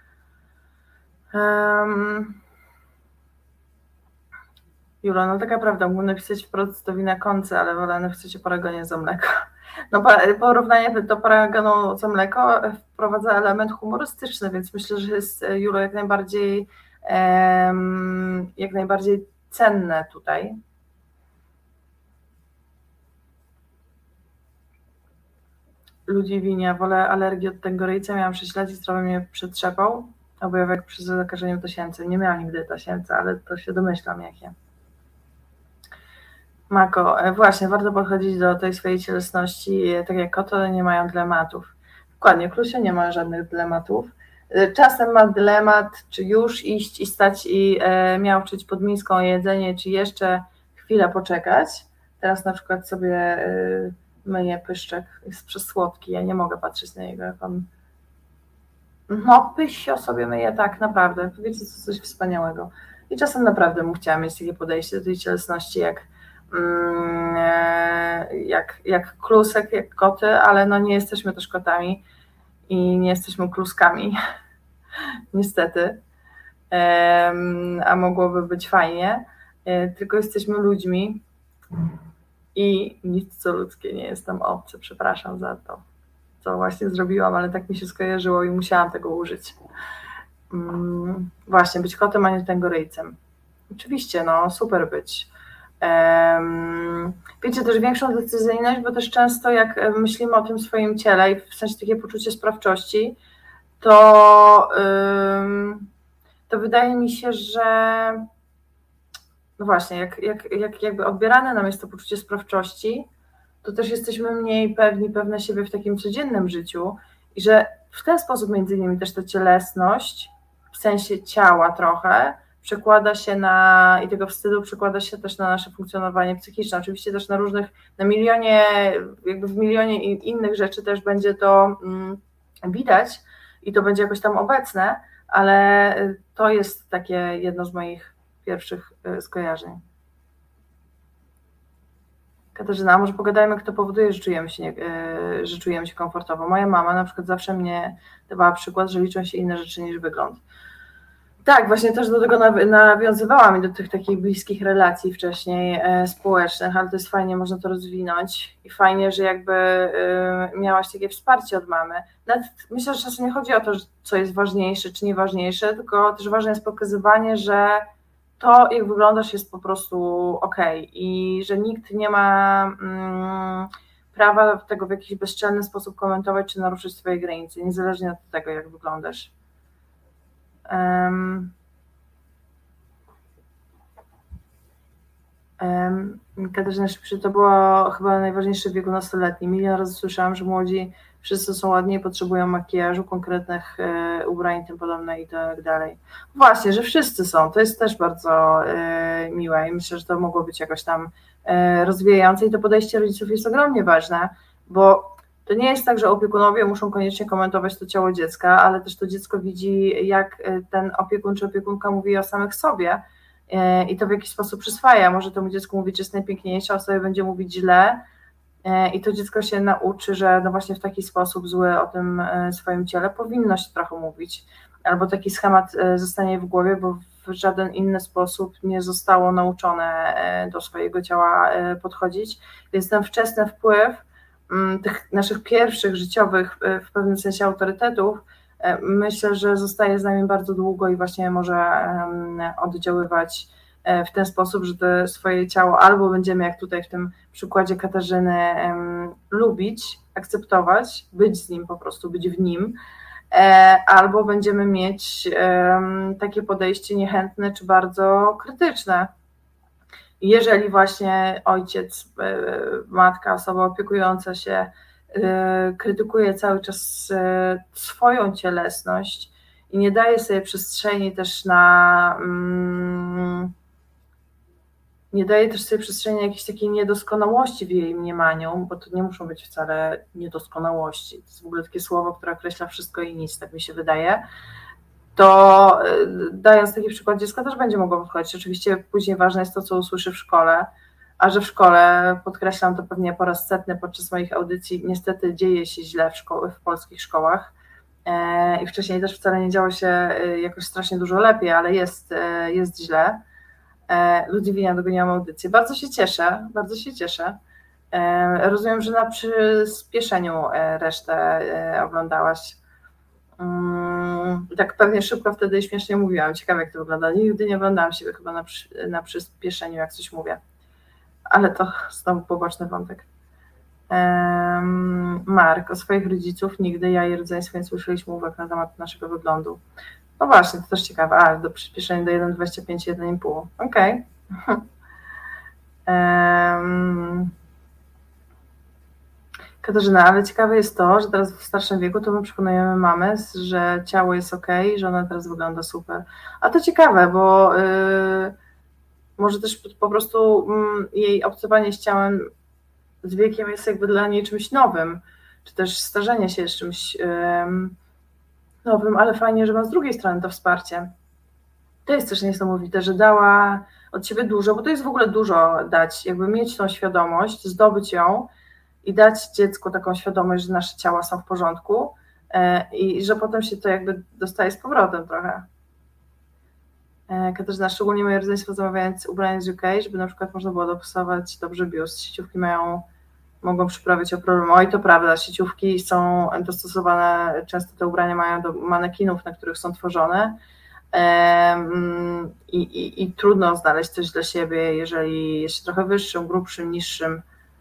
Um, Julo, no taka prawda, mógł napisać wprost to wina konce, ale wolę napisać o paragonie za mleko. No porównanie do paragonu za mleko wprowadza element humorystyczny, więc myślę, że jest, Julo, jak najbardziej um, jak najbardziej cenne tutaj. Ludzi winia, wolę alergii od tego ryjca, miałam sześć lat i zdrowie mnie przetrzepał. Objawy przy zakażeniu tasiemcem. Nie miałam nigdy tasiemca, ale to się domyślam jakie. Mako, właśnie, warto podchodzić do tej swojej cielesności, tak jak koty nie mają dylematów. Dokładnie, Klusia nie ma żadnych dylematów. Czasem ma dylemat, czy już iść i stać i e, miauczyć pod miską jedzenie, czy jeszcze chwilę poczekać. Teraz na przykład sobie e, myję pyszczek, jest przesłodki, ja nie mogę patrzeć na niego, jak on. No, Pysio sobie myje, tak, naprawdę. Wiecie, co coś wspaniałego. I czasem naprawdę mu chciałam mieć takie podejście do tej cielesności, jak, mm, jak, jak klusek, jak koty, ale no nie jesteśmy też kotami i nie jesteśmy kluskami, niestety. Um, a mogłoby być fajnie, um, tylko jesteśmy ludźmi i nic co ludzkie nie jest tam obce, przepraszam za to, co właśnie zrobiłam, ale tak mi się skojarzyło i musiałam tego użyć. Um, właśnie, być kotem, a nie tęgoryjcem. Oczywiście, no super być. Um, wiecie, też większą decyzyjność, bo też często jak myślimy o tym swoim ciele i w sensie takie poczucie sprawczości, to, um, to wydaje mi się, że no właśnie, jak, jak, jak jakby odbierane nam jest to poczucie sprawczości, to też jesteśmy mniej pewni, pewne siebie w takim codziennym życiu i że w ten sposób między innymi też ta cielesność, w sensie ciała trochę, przekłada się na, i tego wstydu przekłada się też na nasze funkcjonowanie psychiczne. Oczywiście też na różnych, na milionie, jakby w milionie innych rzeczy też będzie to mm, widać i to będzie jakoś tam obecne, ale to jest takie jedno z moich pierwszych skojarzeń. Katarzyna, a może pogadajmy, kto powoduje, że czujemy się, nie, że czujemy się komfortowo. Moja mama na przykład zawsze mnie dawała przykład, że liczą się inne rzeczy niż wygląd. Tak, właśnie też do tego nawiązywałam i do tych takich bliskich relacji wcześniej e, społecznych, ale to jest fajnie, można to rozwinąć i fajnie, że jakby e, miałaś takie wsparcie od mamy. Nawet myślę, że czasem nie chodzi o to, co jest ważniejsze czy nieważniejsze, tylko też ważne jest pokazywanie, że to, jak wyglądasz, jest po prostu okej i że nikt nie ma mm, prawa tego w jakiś bezczelny sposób komentować czy naruszyć swoje granice, niezależnie od tego, jak wyglądasz. Um, um, Katarzyna Szybszy, to było chyba najważniejsze w wieku nastoletnim. Milion razy słyszałam, że młodzi wszyscy są ładni i potrzebują makijażu, konkretnych e, ubrań i tym podobne i tak dalej. Właśnie, że wszyscy są, to jest też bardzo e, miłe i myślę, że to mogło być jakoś tam e, rozwijające i to podejście rodziców jest ogromnie ważne, bo to nie jest tak, że opiekunowie muszą koniecznie komentować to ciało dziecka, ale też to dziecko widzi, jak ten opiekun czy opiekunka mówi o samych sobie e, i to w jakiś sposób przyswaja. Może temu dziecku mówić, że jest najpiękniejsza, a sobie będzie mówić źle, i to dziecko się nauczy, że no właśnie w taki sposób zły o tym swoim ciele powinno się trochę mówić, albo taki schemat zostanie w głowie, bo w żaden inny sposób nie zostało nauczone do swojego ciała podchodzić, więc ten wczesny wpływ tych naszych pierwszych życiowych w pewnym sensie autorytetów myślę, że zostaje z nami bardzo długo i właśnie może oddziaływać w ten sposób, że to swoje ciało albo będziemy, jak tutaj w tym przykładzie Katarzyny, um, lubić, akceptować, być z nim po prostu, być w nim, e, albo będziemy mieć um, takie podejście niechętne czy bardzo krytyczne. Jeżeli właśnie ojciec, e, matka, osoba opiekująca się e, krytykuje cały czas e, swoją cielesność i nie daje sobie przestrzeni też na... Um, nie daje też sobie przestrzeni jakiejś takiej niedoskonałości w jej mniemaniu, bo to nie muszą być wcale niedoskonałości. To jest w ogóle takie słowo, które określa wszystko i nic, tak mi się wydaje. To dając taki przykład, dziecko też będzie mogło podchodzić. Oczywiście później ważne jest to, co usłyszy w szkole, a że w szkole, podkreślam to pewnie po raz setny podczas moich audycji, niestety dzieje się źle w, szko- w polskich szkołach i wcześniej też wcale nie działo się jakoś strasznie dużo lepiej, ale jest, jest źle. Ludwina dogoniłam audycję. Bardzo się cieszę, bardzo się cieszę. Rozumiem, że na przyspieszeniu resztę oglądałaś. Tak pewnie szybko wtedy śmiesznie mówiłam. Ciekawe, jak to wygląda. Nigdy nie oglądałam siebie chyba na, przy, na przyspieszeniu, jak coś mówię. Ale to znowu poboczny wątek. Mark, o swoich rodziców nigdy, ja i rodzeństwo nie słyszeliśmy uwag na temat naszego wyglądu. No właśnie, to też ciekawe. A, do przyspieszenia do jeden przecinek dwadzieścia pięć, jeden i pół. Okej. Okay. Um, Katarzyna, ale ciekawe jest to, że teraz w starszym wieku to my przekonujemy mamę, że ciało jest okej, okay, że ona teraz wygląda super. A to ciekawe, bo yy, może też po prostu yy, jej obcowanie z ciałem z wiekiem jest jakby dla niej czymś nowym, czy też starzenie się jest czymś yy, nowym, ale fajnie, że ma z drugiej strony to wsparcie. To jest też niesamowite, że dała od siebie dużo, bo to jest w ogóle dużo dać, jakby mieć tą świadomość, zdobyć ją i dać dziecku taką świadomość, że nasze ciała są w porządku i że potem się to jakby dostaje z powrotem trochę. Katarzyna, szczególnie moje rodzeństwo zamawiając ubrania z U K, żeby na przykład można było dopasować dobrze biust. Sieciówki mają, mogą przyprawić o problem. Oj, to prawda, sieciówki są dostosowane, często te ubrania mają do manekinów, na których są tworzone i, i, i trudno znaleźć coś dla siebie, jeżeli jest trochę wyższym, grubszym, niższym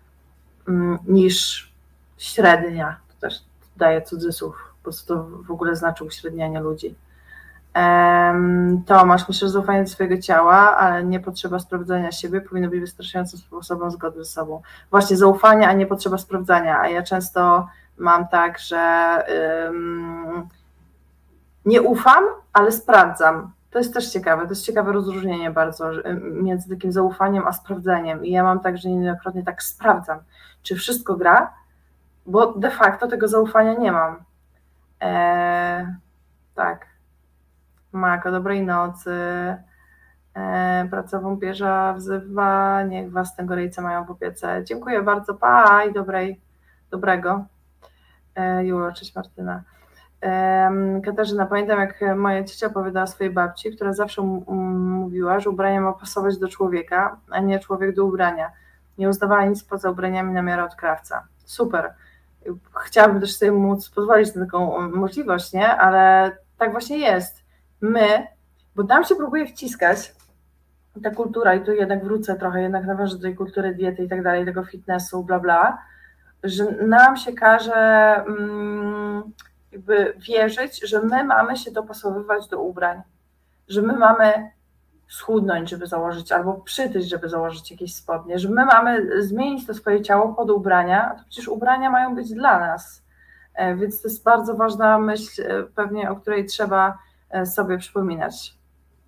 niż średnia. To też daje cudzysłów, po prostu to w ogóle znaczy uśrednianie ludzi. Tomasz, myślę, że zaufanie do swojego ciała, ale nie potrzeba sprawdzania siebie, powinno być wystarczającym sposobem zgody ze sobą. Właśnie zaufanie, a nie potrzeba sprawdzania, a ja często mam tak, że um, nie ufam, ale sprawdzam. To jest też ciekawe, to jest ciekawe rozróżnienie bardzo między takim zaufaniem a sprawdzeniem i ja mam tak, że niejednokrotnie tak sprawdzam, czy wszystko gra, bo de facto tego zaufania nie mam. Eee, tak. Mako, dobrej nocy. Eee, praca wąpierza wzywa, niech was tego rejca mają w opiece. Dziękuję bardzo, pa i dobrej, dobrego. Eee, Julo, cześć Martyna. Katarzyna, pamiętam, jak moja ciocia opowiadała swojej babci, która zawsze mówiła, że ubranie ma pasować do człowieka, a nie człowiek do ubrania. Nie uznawała nic poza ubraniami na miarę od krawca. Super. Chciałabym też sobie móc pozwolić na taką możliwość, nie? Ale tak właśnie jest. My, bo nam się próbuje wciskać ta kultura i tu jednak wrócę trochę, jednak nawiążę do tej kultury diety i tak dalej, tego fitnessu, bla bla, że nam się każe jakby wierzyć, że my mamy się dopasowywać do ubrań, że my mamy schudnąć, żeby założyć, albo przytyć, żeby założyć jakieś spodnie, że my mamy zmienić to swoje ciało pod ubrania, a to przecież ubrania mają być dla nas. Więc to jest bardzo ważna myśl, pewnie, o której trzeba sobie przypominać.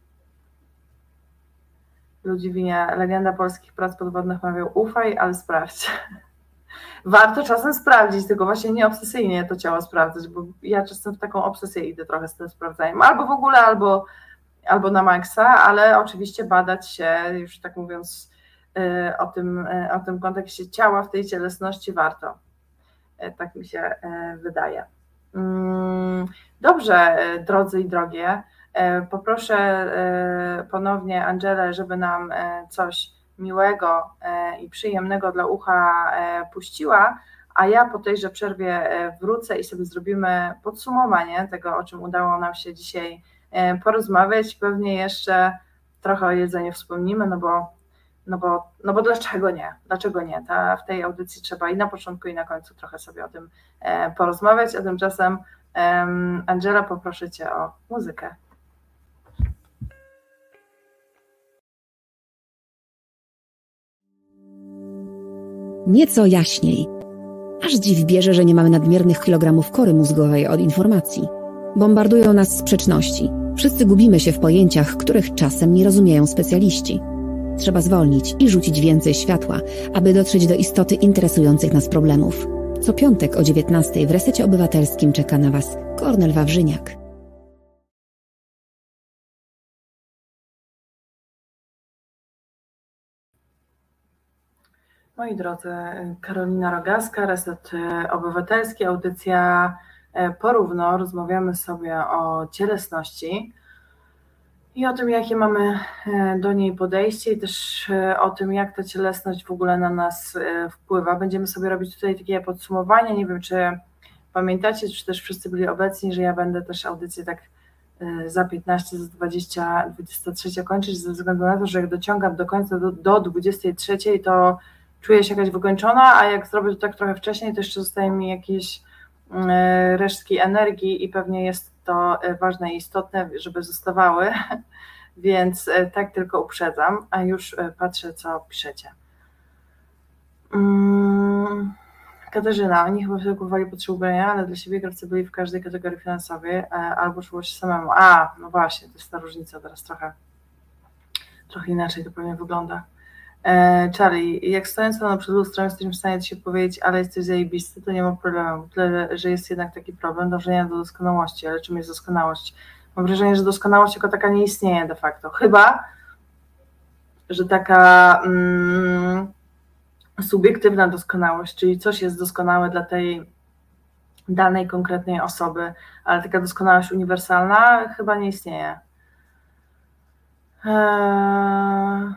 Ludwinia, legenda polskich prac podwodnych mawiał: ufaj, ale sprawdź. Warto czasem sprawdzić, tylko właśnie nie obsesyjnie to ciało sprawdzać, bo ja czasem w taką obsesję idę trochę z tym sprawdzaniem, albo w ogóle, albo, albo na maksa, ale oczywiście badać się, już tak mówiąc o tym, o tym kontekście ciała w tej cielesności warto. Tak mi się wydaje. Dobrze, drodzy i drogie, poproszę ponownie Angelę, żeby nam coś miłego i przyjemnego dla ucha puściła, a ja po tejże przerwie wrócę i sobie zrobimy podsumowanie tego, o czym udało nam się dzisiaj porozmawiać. Pewnie jeszcze trochę o jedzeniu wspomnimy, no bo, no bo, no bo dlaczego nie? Dlaczego nie? Ta, w tej audycji trzeba i na początku, i na końcu trochę sobie o tym porozmawiać, a tymczasem Angela, poproszę Cię o muzykę. Nieco jaśniej. Aż dziw bierze, że nie mamy nadmiernych kilogramów kory mózgowej od informacji. Bombardują nas sprzeczności. Wszyscy gubimy się w pojęciach, których czasem nie rozumieją specjaliści. Trzeba zwolnić i rzucić więcej światła, aby dotrzeć do istoty interesujących nas problemów. Co piątek o dziewiętnastej w Resecie Obywatelskim czeka na Was Kornel Wawrzyniak. Moi drodzy, Karolina Rogaska, Reset Obywatelski, audycja Porówno. Rozmawiamy sobie o cielesności i o tym, jakie mamy do niej podejście, i też o tym, jak ta cielesność w ogóle na nas wpływa. Będziemy sobie robić tutaj takie podsumowanie. Nie wiem, czy pamiętacie, czy też wszyscy byli obecni, że ja będę też audycję tak za piętnaście, za dwadzieścia, dwudziesta trzecia kończyć, ze względu na to, że jak dociągam do końca, do, do dwudziestej trzeciej, to czuję się jakaś wykończona, a jak zrobię to tak trochę wcześniej, to jeszcze zostaje mi jakieś resztki energii i pewnie jest to ważne i istotne, żeby zostawały, więc tak tylko uprzedzam, a już patrzę, co piszecie. Katarzyna, oni chyba wykupowali potrzeby ubrania, ale dla siebie krawcy byli w każdej kategorii finansowej, albo szło się samemu. A, no właśnie, to jest ta różnica teraz trochę, trochę inaczej to pewnie wygląda. Charlie, jak stojąc na przed lustrem jesteśmy w stanie ci się powiedzieć, ale jesteś zajebisty, to nie ma problemu. Tyle, że jest jednak taki problem dążenia do doskonałości, ale czym jest doskonałość? Mam wrażenie, że doskonałość jako taka nie istnieje de facto. Chyba, że taka mm, subiektywna doskonałość, czyli coś jest doskonałe dla tej danej konkretnej osoby, ale taka doskonałość uniwersalna chyba nie istnieje. Eee...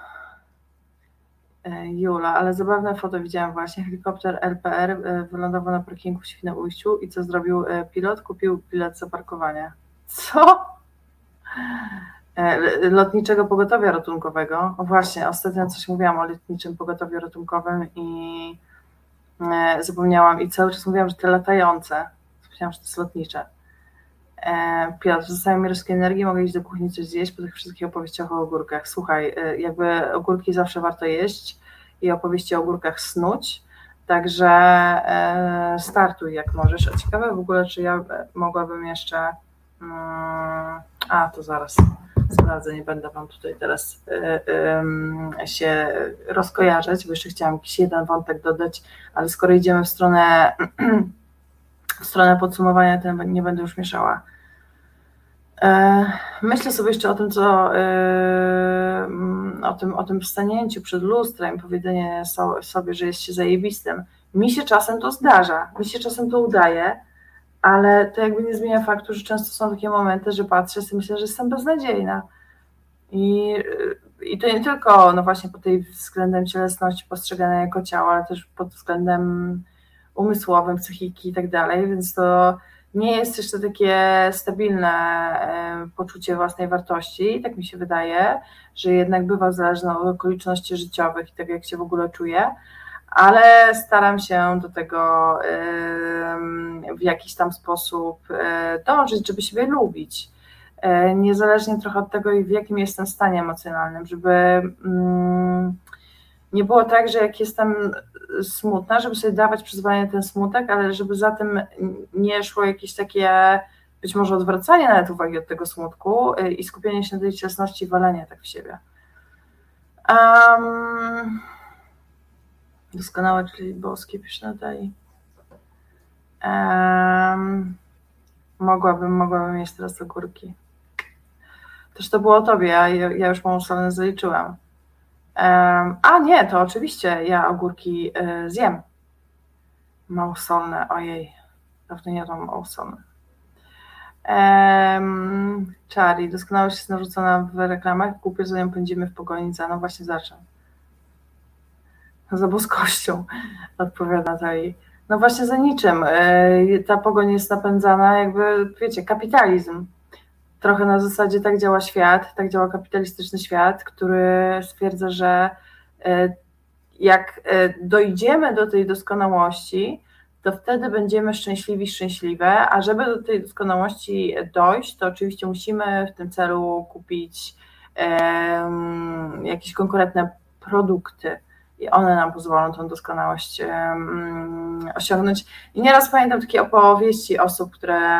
Jula, ale zabawne foto widziałam właśnie. Helikopter L P R wylądował na parkingu w Świnoujściu i co zrobił pilot? Kupił bilet za parkowanie. Co? Lotniczego pogotowia ratunkowego. O właśnie, ostatnio coś mówiłam o lotniczym pogotowiu ratunkowym i zapomniałam i cały czas mówiłam, że te latające. Zapomniałam, że to jest lotnicze. Piotr, zostawiam mi resztkę energii, mogę iść do kuchni coś zjeść po tych wszystkich opowieściach o ogórkach. Słuchaj, jakby ogórki zawsze warto jeść i opowieści o ogórkach snuć, także startuj jak możesz. A ciekawe w ogóle, czy ja mogłabym jeszcze, a to zaraz sprawdzę, nie będę wam tutaj teraz się rozkojarzać, bo jeszcze chciałam jakiś jeden wątek dodać, ale skoro idziemy w stronę w stronę podsumowania, to nie będę już mieszała. Myślę sobie jeszcze o tym, co o tym, o tym wstanięciu przed lustrem, powiedzenie sobie, że jest się zajebistym. Mi się czasem to zdarza, mi się czasem to udaje, ale to jakby nie zmienia faktu, że często są takie momenty, że patrzę i myślę, że jestem beznadziejna. I, i to nie tylko no właśnie pod tej względem cielesności postrzeganej jako ciała, ale też pod względem umysłowym, psychiki i tak dalej, więc to nie jest jeszcze takie stabilne poczucie własnej wartości, tak mi się wydaje, że jednak bywa zależne od okoliczności życiowych i tego, jak się w ogóle czuję, ale staram się do tego w jakiś tam sposób dążyć, żeby siebie lubić. Niezależnie trochę od tego, w jakim jestem stanie emocjonalnym, żeby nie było tak, że jak jestem smutna, żeby sobie dawać przyzwolenie na ten smutek, ale żeby za tym nie szło jakieś takie być może odwracanie nawet uwagi od tego smutku i skupienie się na tej cielesności i walenie tak w siebie. Um, doskonałe, czyli boskie, pisze Natalii. Um, mogłabym, mogłabym mieć teraz ogórki. Też to było o tobie, ja, ja już małosolne zaliczyłam. Um, a nie, to oczywiście ja ogórki y, zjem. Małosolne, ojej, dawno nie jadłam małosolne. Um, Charlie, doskonałość jest narzucona w reklamach, głupio za nią pędzimy w pogoni za, no właśnie zaczę. Za boskością, odpowiada Natalii. No właśnie za niczym. Ta pogoń jest napędzana jakby, wiecie, kapitalizm. Trochę na zasadzie tak działa świat, tak działa kapitalistyczny świat, który stwierdza, że jak dojdziemy do tej doskonałości, to wtedy będziemy szczęśliwi, szczęśliwe, a żeby do tej doskonałości dojść, to oczywiście musimy w tym celu kupić um, jakieś konkretne produkty i one nam pozwolą tą doskonałość um, osiągnąć. I nieraz pamiętam takie opowieści osób, które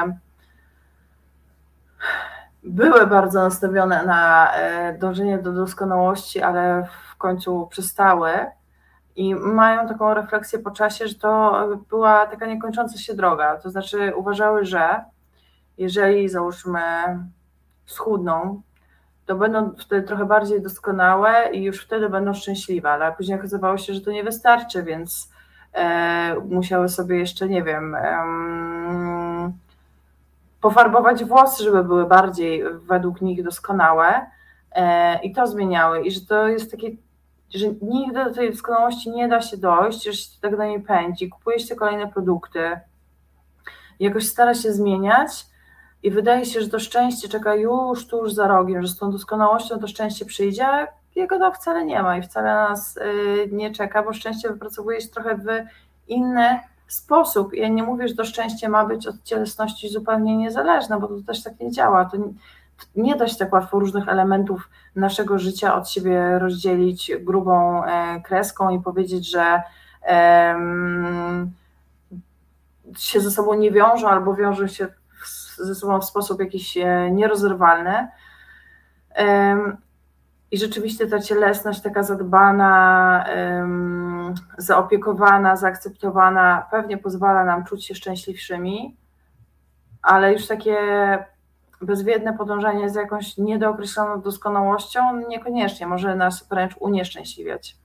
były bardzo nastawione na dążenie do doskonałości, ale w końcu przestały. I mają taką refleksję po czasie, że to była taka niekończąca się droga. To znaczy uważały, że jeżeli załóżmy schudną, to będą wtedy trochę bardziej doskonałe i już wtedy będą szczęśliwe, ale później okazywało się, że to nie wystarczy, więc e, musiały sobie jeszcze, nie wiem, um, pofarbować włosy, żeby były bardziej według nich doskonałe e, i to zmieniały. I że to jest takie, że nigdy do tej doskonałości nie da się dojść, że się tak do niej pędzi, kupuje się kolejne produkty, jakoś stara się zmieniać i wydaje się, że to szczęście czeka już tuż za rogiem, że z tą doskonałością to szczęście przyjdzie, a jego to wcale nie ma i wcale nas nie czeka, bo szczęście wypracowuje się trochę w inny sposób. Ja nie mówię, że to szczęście ma być od cielesności zupełnie niezależne, bo to też tak nie działa. To nie da się tak łatwo różnych elementów naszego życia od siebie rozdzielić grubą kreską i powiedzieć, że um, się ze sobą nie wiążą albo wiążą się ze sobą w sposób jakiś nierozerwalny. Um, I rzeczywiście ta cielesność taka zadbana, um, zaopiekowana, zaakceptowana pewnie pozwala nam czuć się szczęśliwszymi, ale już takie bezwiedne podążanie za jakąś niedookreśloną doskonałością niekoniecznie może nas wręcz unieszczęśliwiać.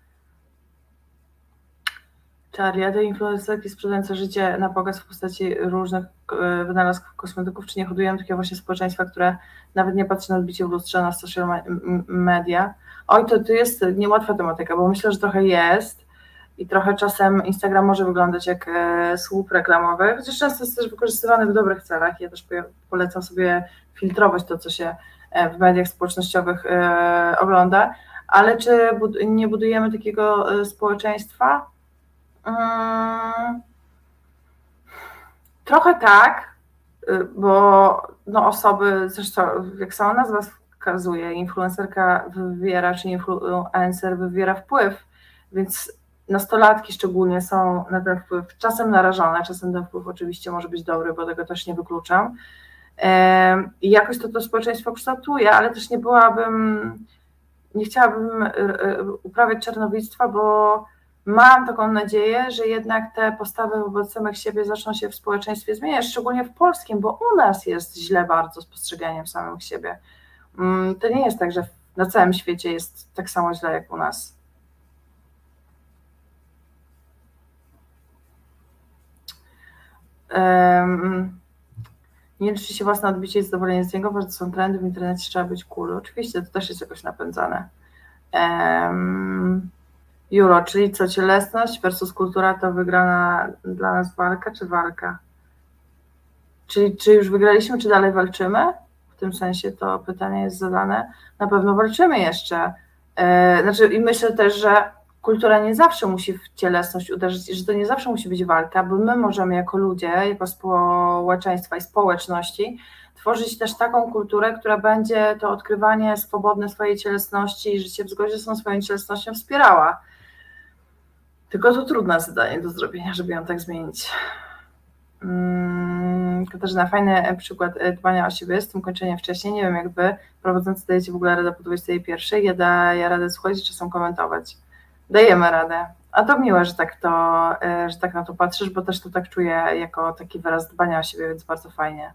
Charlie, a te influencerki sprzedające życie na pokaz w postaci różnych wynalazków kosmetyków, czy nie hodujemy takiego właśnie społeczeństwa, które nawet nie patrzy na odbicie w lustrze na social media? Oj, to, to jest niełatwa tematyka, bo myślę, że trochę jest i trochę czasem Instagram może wyglądać jak słup reklamowy, chociaż często jest też wykorzystywany w dobrych celach. Ja też polecam sobie filtrować to, co się w mediach społecznościowych ogląda, ale czy nie budujemy takiego społeczeństwa? Hmm. Trochę tak, bo no osoby, zresztą jak sama nazwa wskazuje, influencerka wywiera, czy influencer wywiera wpływ, więc nastolatki szczególnie są na ten wpływ czasem narażone, czasem ten wpływ oczywiście może być dobry, bo tego też nie wykluczam. I jakoś to to społeczeństwo kształtuje, ale też nie byłabym, nie chciałabym uprawiać czarnowidztwa, bo mam taką nadzieję, że jednak te postawy wobec samych siebie zaczną się w społeczeństwie zmieniać, szczególnie w polskim, bo u nas jest źle bardzo z postrzeganiem samych siebie. To nie jest tak, że na całym świecie jest tak samo źle jak u nas. Um, nie liczy się własne odbicie i zadowolenie z niego, bo to są trendy w internecie, trzeba być cool. Oczywiście to też jest jakoś napędzane. Um, Juro, czyli co, cielesność versus kultura to wygrana dla nas walka czy walka? Czyli czy już wygraliśmy, czy dalej walczymy? W tym sensie to pytanie jest zadane. Na pewno walczymy jeszcze. Znaczy i myślę też, że kultura nie zawsze musi w cielesność uderzyć, że to nie zawsze musi być walka, bo my możemy jako ludzie, jako społeczeństwa i społeczności tworzyć też taką kulturę, która będzie to odkrywanie swobodne swojej cielesności i życie w zgodzie z tą swoją cielesnością wspierała. Tylko to trudne zadanie do zrobienia, żeby ją tak zmienić. Katarzyna, fajny przykład dbania o siebie, z tym kończeniem wcześniej. Nie wiem, jak wy prowadzący dajecie w ogóle radę po dwudziestej pierwszej. Ja daję radę słuchać i czasem komentować. Dajemy radę. A to miłe, że tak, to, że tak na to patrzysz, bo też to tak czuję jako taki wyraz dbania o siebie, więc bardzo fajnie.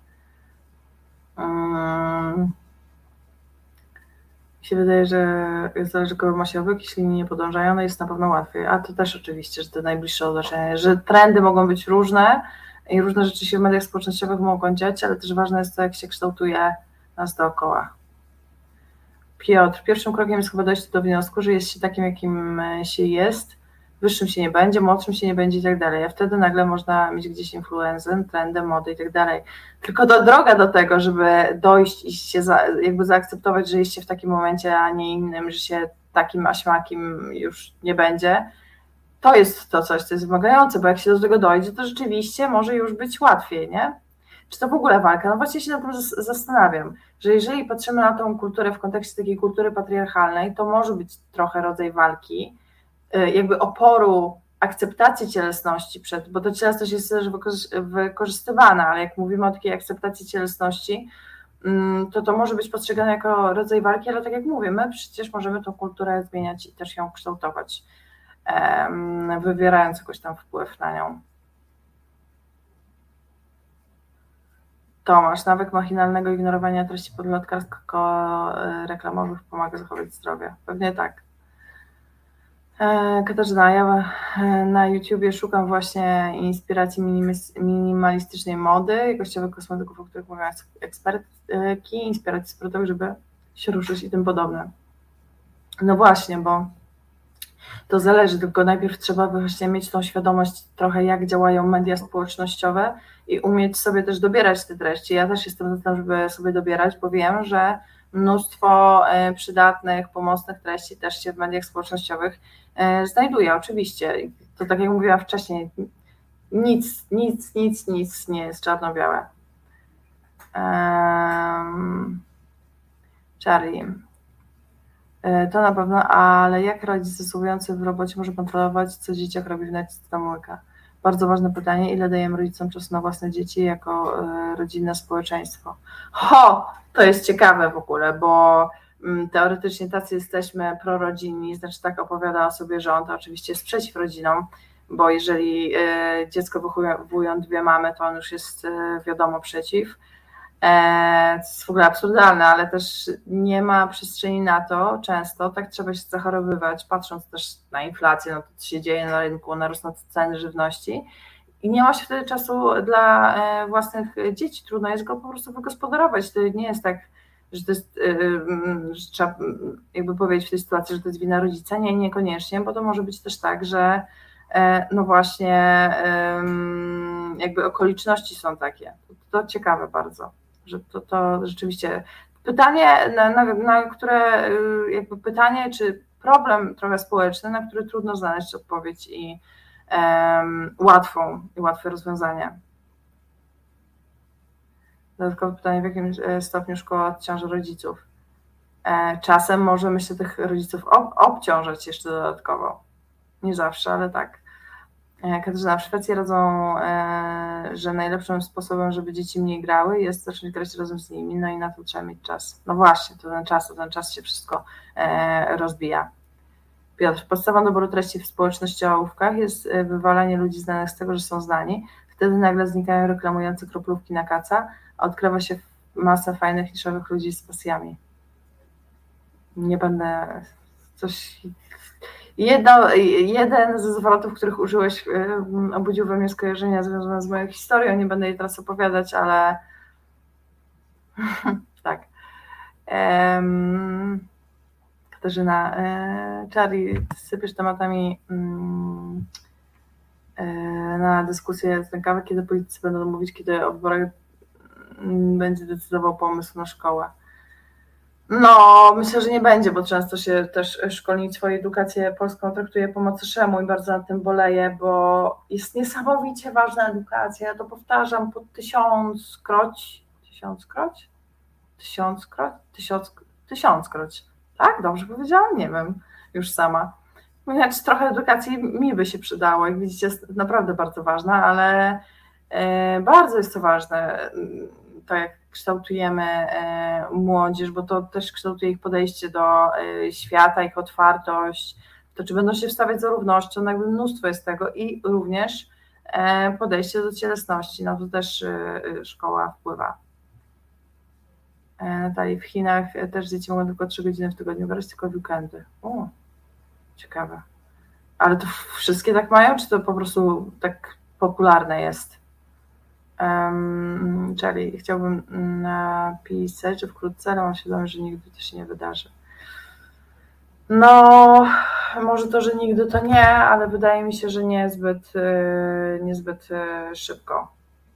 Hmm. Mi się wydaje, że zależy, kogo ma się obyk, jeśli nie podążają, no jest na pewno łatwiej. A to też oczywiście, że te najbliższe otoczenie, że trendy mogą być różne i różne rzeczy się w mediach społecznościowych mogą dziać, ale też ważne jest to, jak się kształtuje nas dookoła. Piotr, pierwszym krokiem jest chyba dojście do wniosku, że jest się takim, jakim się jest, wyższym się nie będzie, młodszym się nie będzie i tak dalej, a wtedy nagle można mieć gdzieś influencę, trendy, mody i tak dalej. Tylko to droga do tego, żeby dojść i się za, jakby zaakceptować, że jest się w takim momencie, a nie innym, że się takim aśmakiem już nie będzie, to jest to coś, co jest wymagające, bo jak się do tego dojdzie, to rzeczywiście może już być łatwiej, nie? Czy to w ogóle walka? No właśnie się nad tym zastanawiam, że jeżeli patrzymy na tą kulturę w kontekście takiej kultury patriarchalnej, to może być trochę rodzaj walki, jakby oporu, akceptacji cielesności, przed, bo to cielesność jest też wykorzystywana, ale jak mówimy o takiej akceptacji cielesności, to to może być postrzegane jako rodzaj walki, ale tak jak mówię, my przecież możemy tą kulturę zmieniać i też ją kształtować, wywierając jakoś tam wpływ na nią. Tomasz, nawyk machinalnego ignorowania treści podlotkarsko-reklamowych pomaga zachować zdrowie. Pewnie tak. Katarzyna, ja na YouTubie szukam właśnie inspiracji minimalistycznej mody, jakościowych kosmetyków, o których mówią ekspertki, inspiracji sportowych, żeby się ruszyć i tym podobne. No właśnie, bo to zależy, tylko najpierw trzeba właśnie mieć tą świadomość trochę, jak działają media społecznościowe i umieć sobie też dobierać te treści. Ja też jestem za tym, żeby sobie dobierać, bo wiem, że mnóstwo przydatnych, pomocnych treści też się w mediach społecznościowych znajduje, oczywiście. To tak jak mówiłam wcześniej, nic, nic, nic, nic nie jest czarno-białe. Um, Charlie. To na pewno, ale jak rodzic zasługujący w robocie może kontrolować, co dzieciak robi w necie łyka? Bardzo ważne pytanie, ile dajemy rodzicom czasu na własne dzieci jako rodzinne społeczeństwo? Ho! To jest ciekawe w ogóle, bo teoretycznie tacy jesteśmy prorodzinni, znaczy tak opowiada o sobie rząd, oczywiście jest przeciw rodzinom, bo jeżeli dziecko wychowują dwie mamy, to on już jest wiadomo przeciw. To jest w ogóle absurdalne, ale też nie ma przestrzeni na to często, tak trzeba się zachorowywać, patrząc też na inflację, no to co się dzieje na rynku, na rosnące ceny żywności i nie ma się wtedy czasu dla własnych dzieci, trudno jest go po prostu wygospodarować, to nie jest tak, że to jest, że trzeba jakby powiedzieć w tej sytuacji, że to jest wina rodzica, nie, niekoniecznie, bo to może być też tak, że no właśnie jakby okoliczności są takie, to, to ciekawe bardzo. Że to, to rzeczywiście pytanie, na, na, na które jakby pytanie, czy problem trochę społeczny, na który trudno znaleźć odpowiedź i um, łatwą i łatwe rozwiązanie. Dodatkowe pytanie, w jakim stopniu szkoła odciąży rodziców? Czasem może myślę tych rodziców ob, obciążać jeszcze dodatkowo. Nie zawsze, ale tak. Katarzyna, w Szwecji radzą, że najlepszym sposobem, żeby dzieci mniej grały, jest zacząć grać razem z nimi, no i na to trzeba mieć czas. No właśnie, to ten czas, to ten czas się wszystko rozbija. Piotr, podstawą doboru treści w społecznościówkach jest wywalanie ludzi znanych z tego, że są znani. Wtedy nagle znikają reklamujące kroplówki na kaca, a odkrywa się masę fajnych, niszowych ludzi z pasjami. Nie będę coś... Jedno, jeden ze zwrotów, których użyłeś, obudził we mnie skojarzenia związane z moją historią. Nie będę jej teraz opowiadać, ale tak. Um, Katarzyna, e, Charlie, sypiesz tematami um, e, na dyskusję z kawę, kiedy politycy będą mówić, kiedy o wyborach będzie decydował pomysł na szkołę. No, myślę, że nie będzie, bo często się też szkolnictwo i edukację polską traktuje po macoszemu i bardzo nad tym boleję, bo jest niesamowicie ważna edukacja. Ja to powtarzam po tysiąckroć, tysiąckroć, tysiąckroć, tysiąc, tysiąckroć. Tak? Dobrze powiedziałam? Nie wiem, już sama. Znaczy, trochę edukacji mi by się przydało, jak widzicie, jest naprawdę bardzo ważna, ale bardzo jest to ważne, to jak kształtujemy młodzież, bo to też kształtuje ich podejście do świata, ich otwartość, to czy będą się wstawiać za równością, no jakby mnóstwo jest tego i również podejście do cielesności, no to też szkoła wpływa. Natalii, w Chinach też dzieci mogą tylko trzy godziny w tygodniu grać, tylko w weekendy. O, ciekawe. Ale to wszystkie tak mają, czy to po prostu tak popularne jest? Um, czyli chciałbym napisać, że wkrótce, ale mam świadomość, że nigdy to się nie wydarzy. No, może to, że nigdy to nie, ale wydaje mi się, że niezbyt, niezbyt szybko.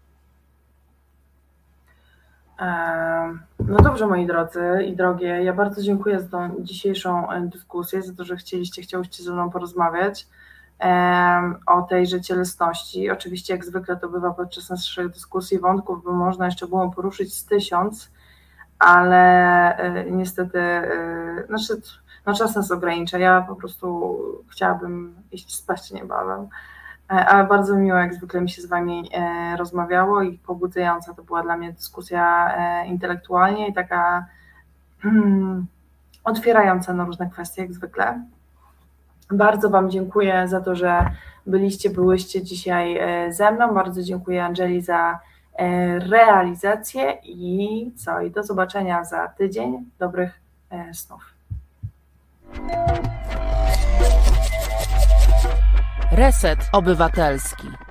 Um, no dobrze, moi drodzy i drogie, ja bardzo dziękuję za tą dzisiejszą dyskusję, za to, że chcieliście, chciałyście ze mną porozmawiać o tejże cielesności. Oczywiście jak zwykle to bywa podczas naszych dyskusji wątków, bo można jeszcze było poruszyć z tysiąc, ale niestety znaczy, no czas nas ogranicza. Ja po prostu chciałabym iść spać niebawem, ale bardzo miło jak zwykle mi się z Wami rozmawiało i pobudzająca to była dla mnie dyskusja intelektualnie i taka hmm, otwierająca na różne kwestie jak zwykle. Bardzo Wam dziękuję za to, że byliście, byłyście dzisiaj ze mną. Bardzo dziękuję Angeli za realizację i co? I do zobaczenia za tydzień. Dobrych snów. Reset Obywatelski.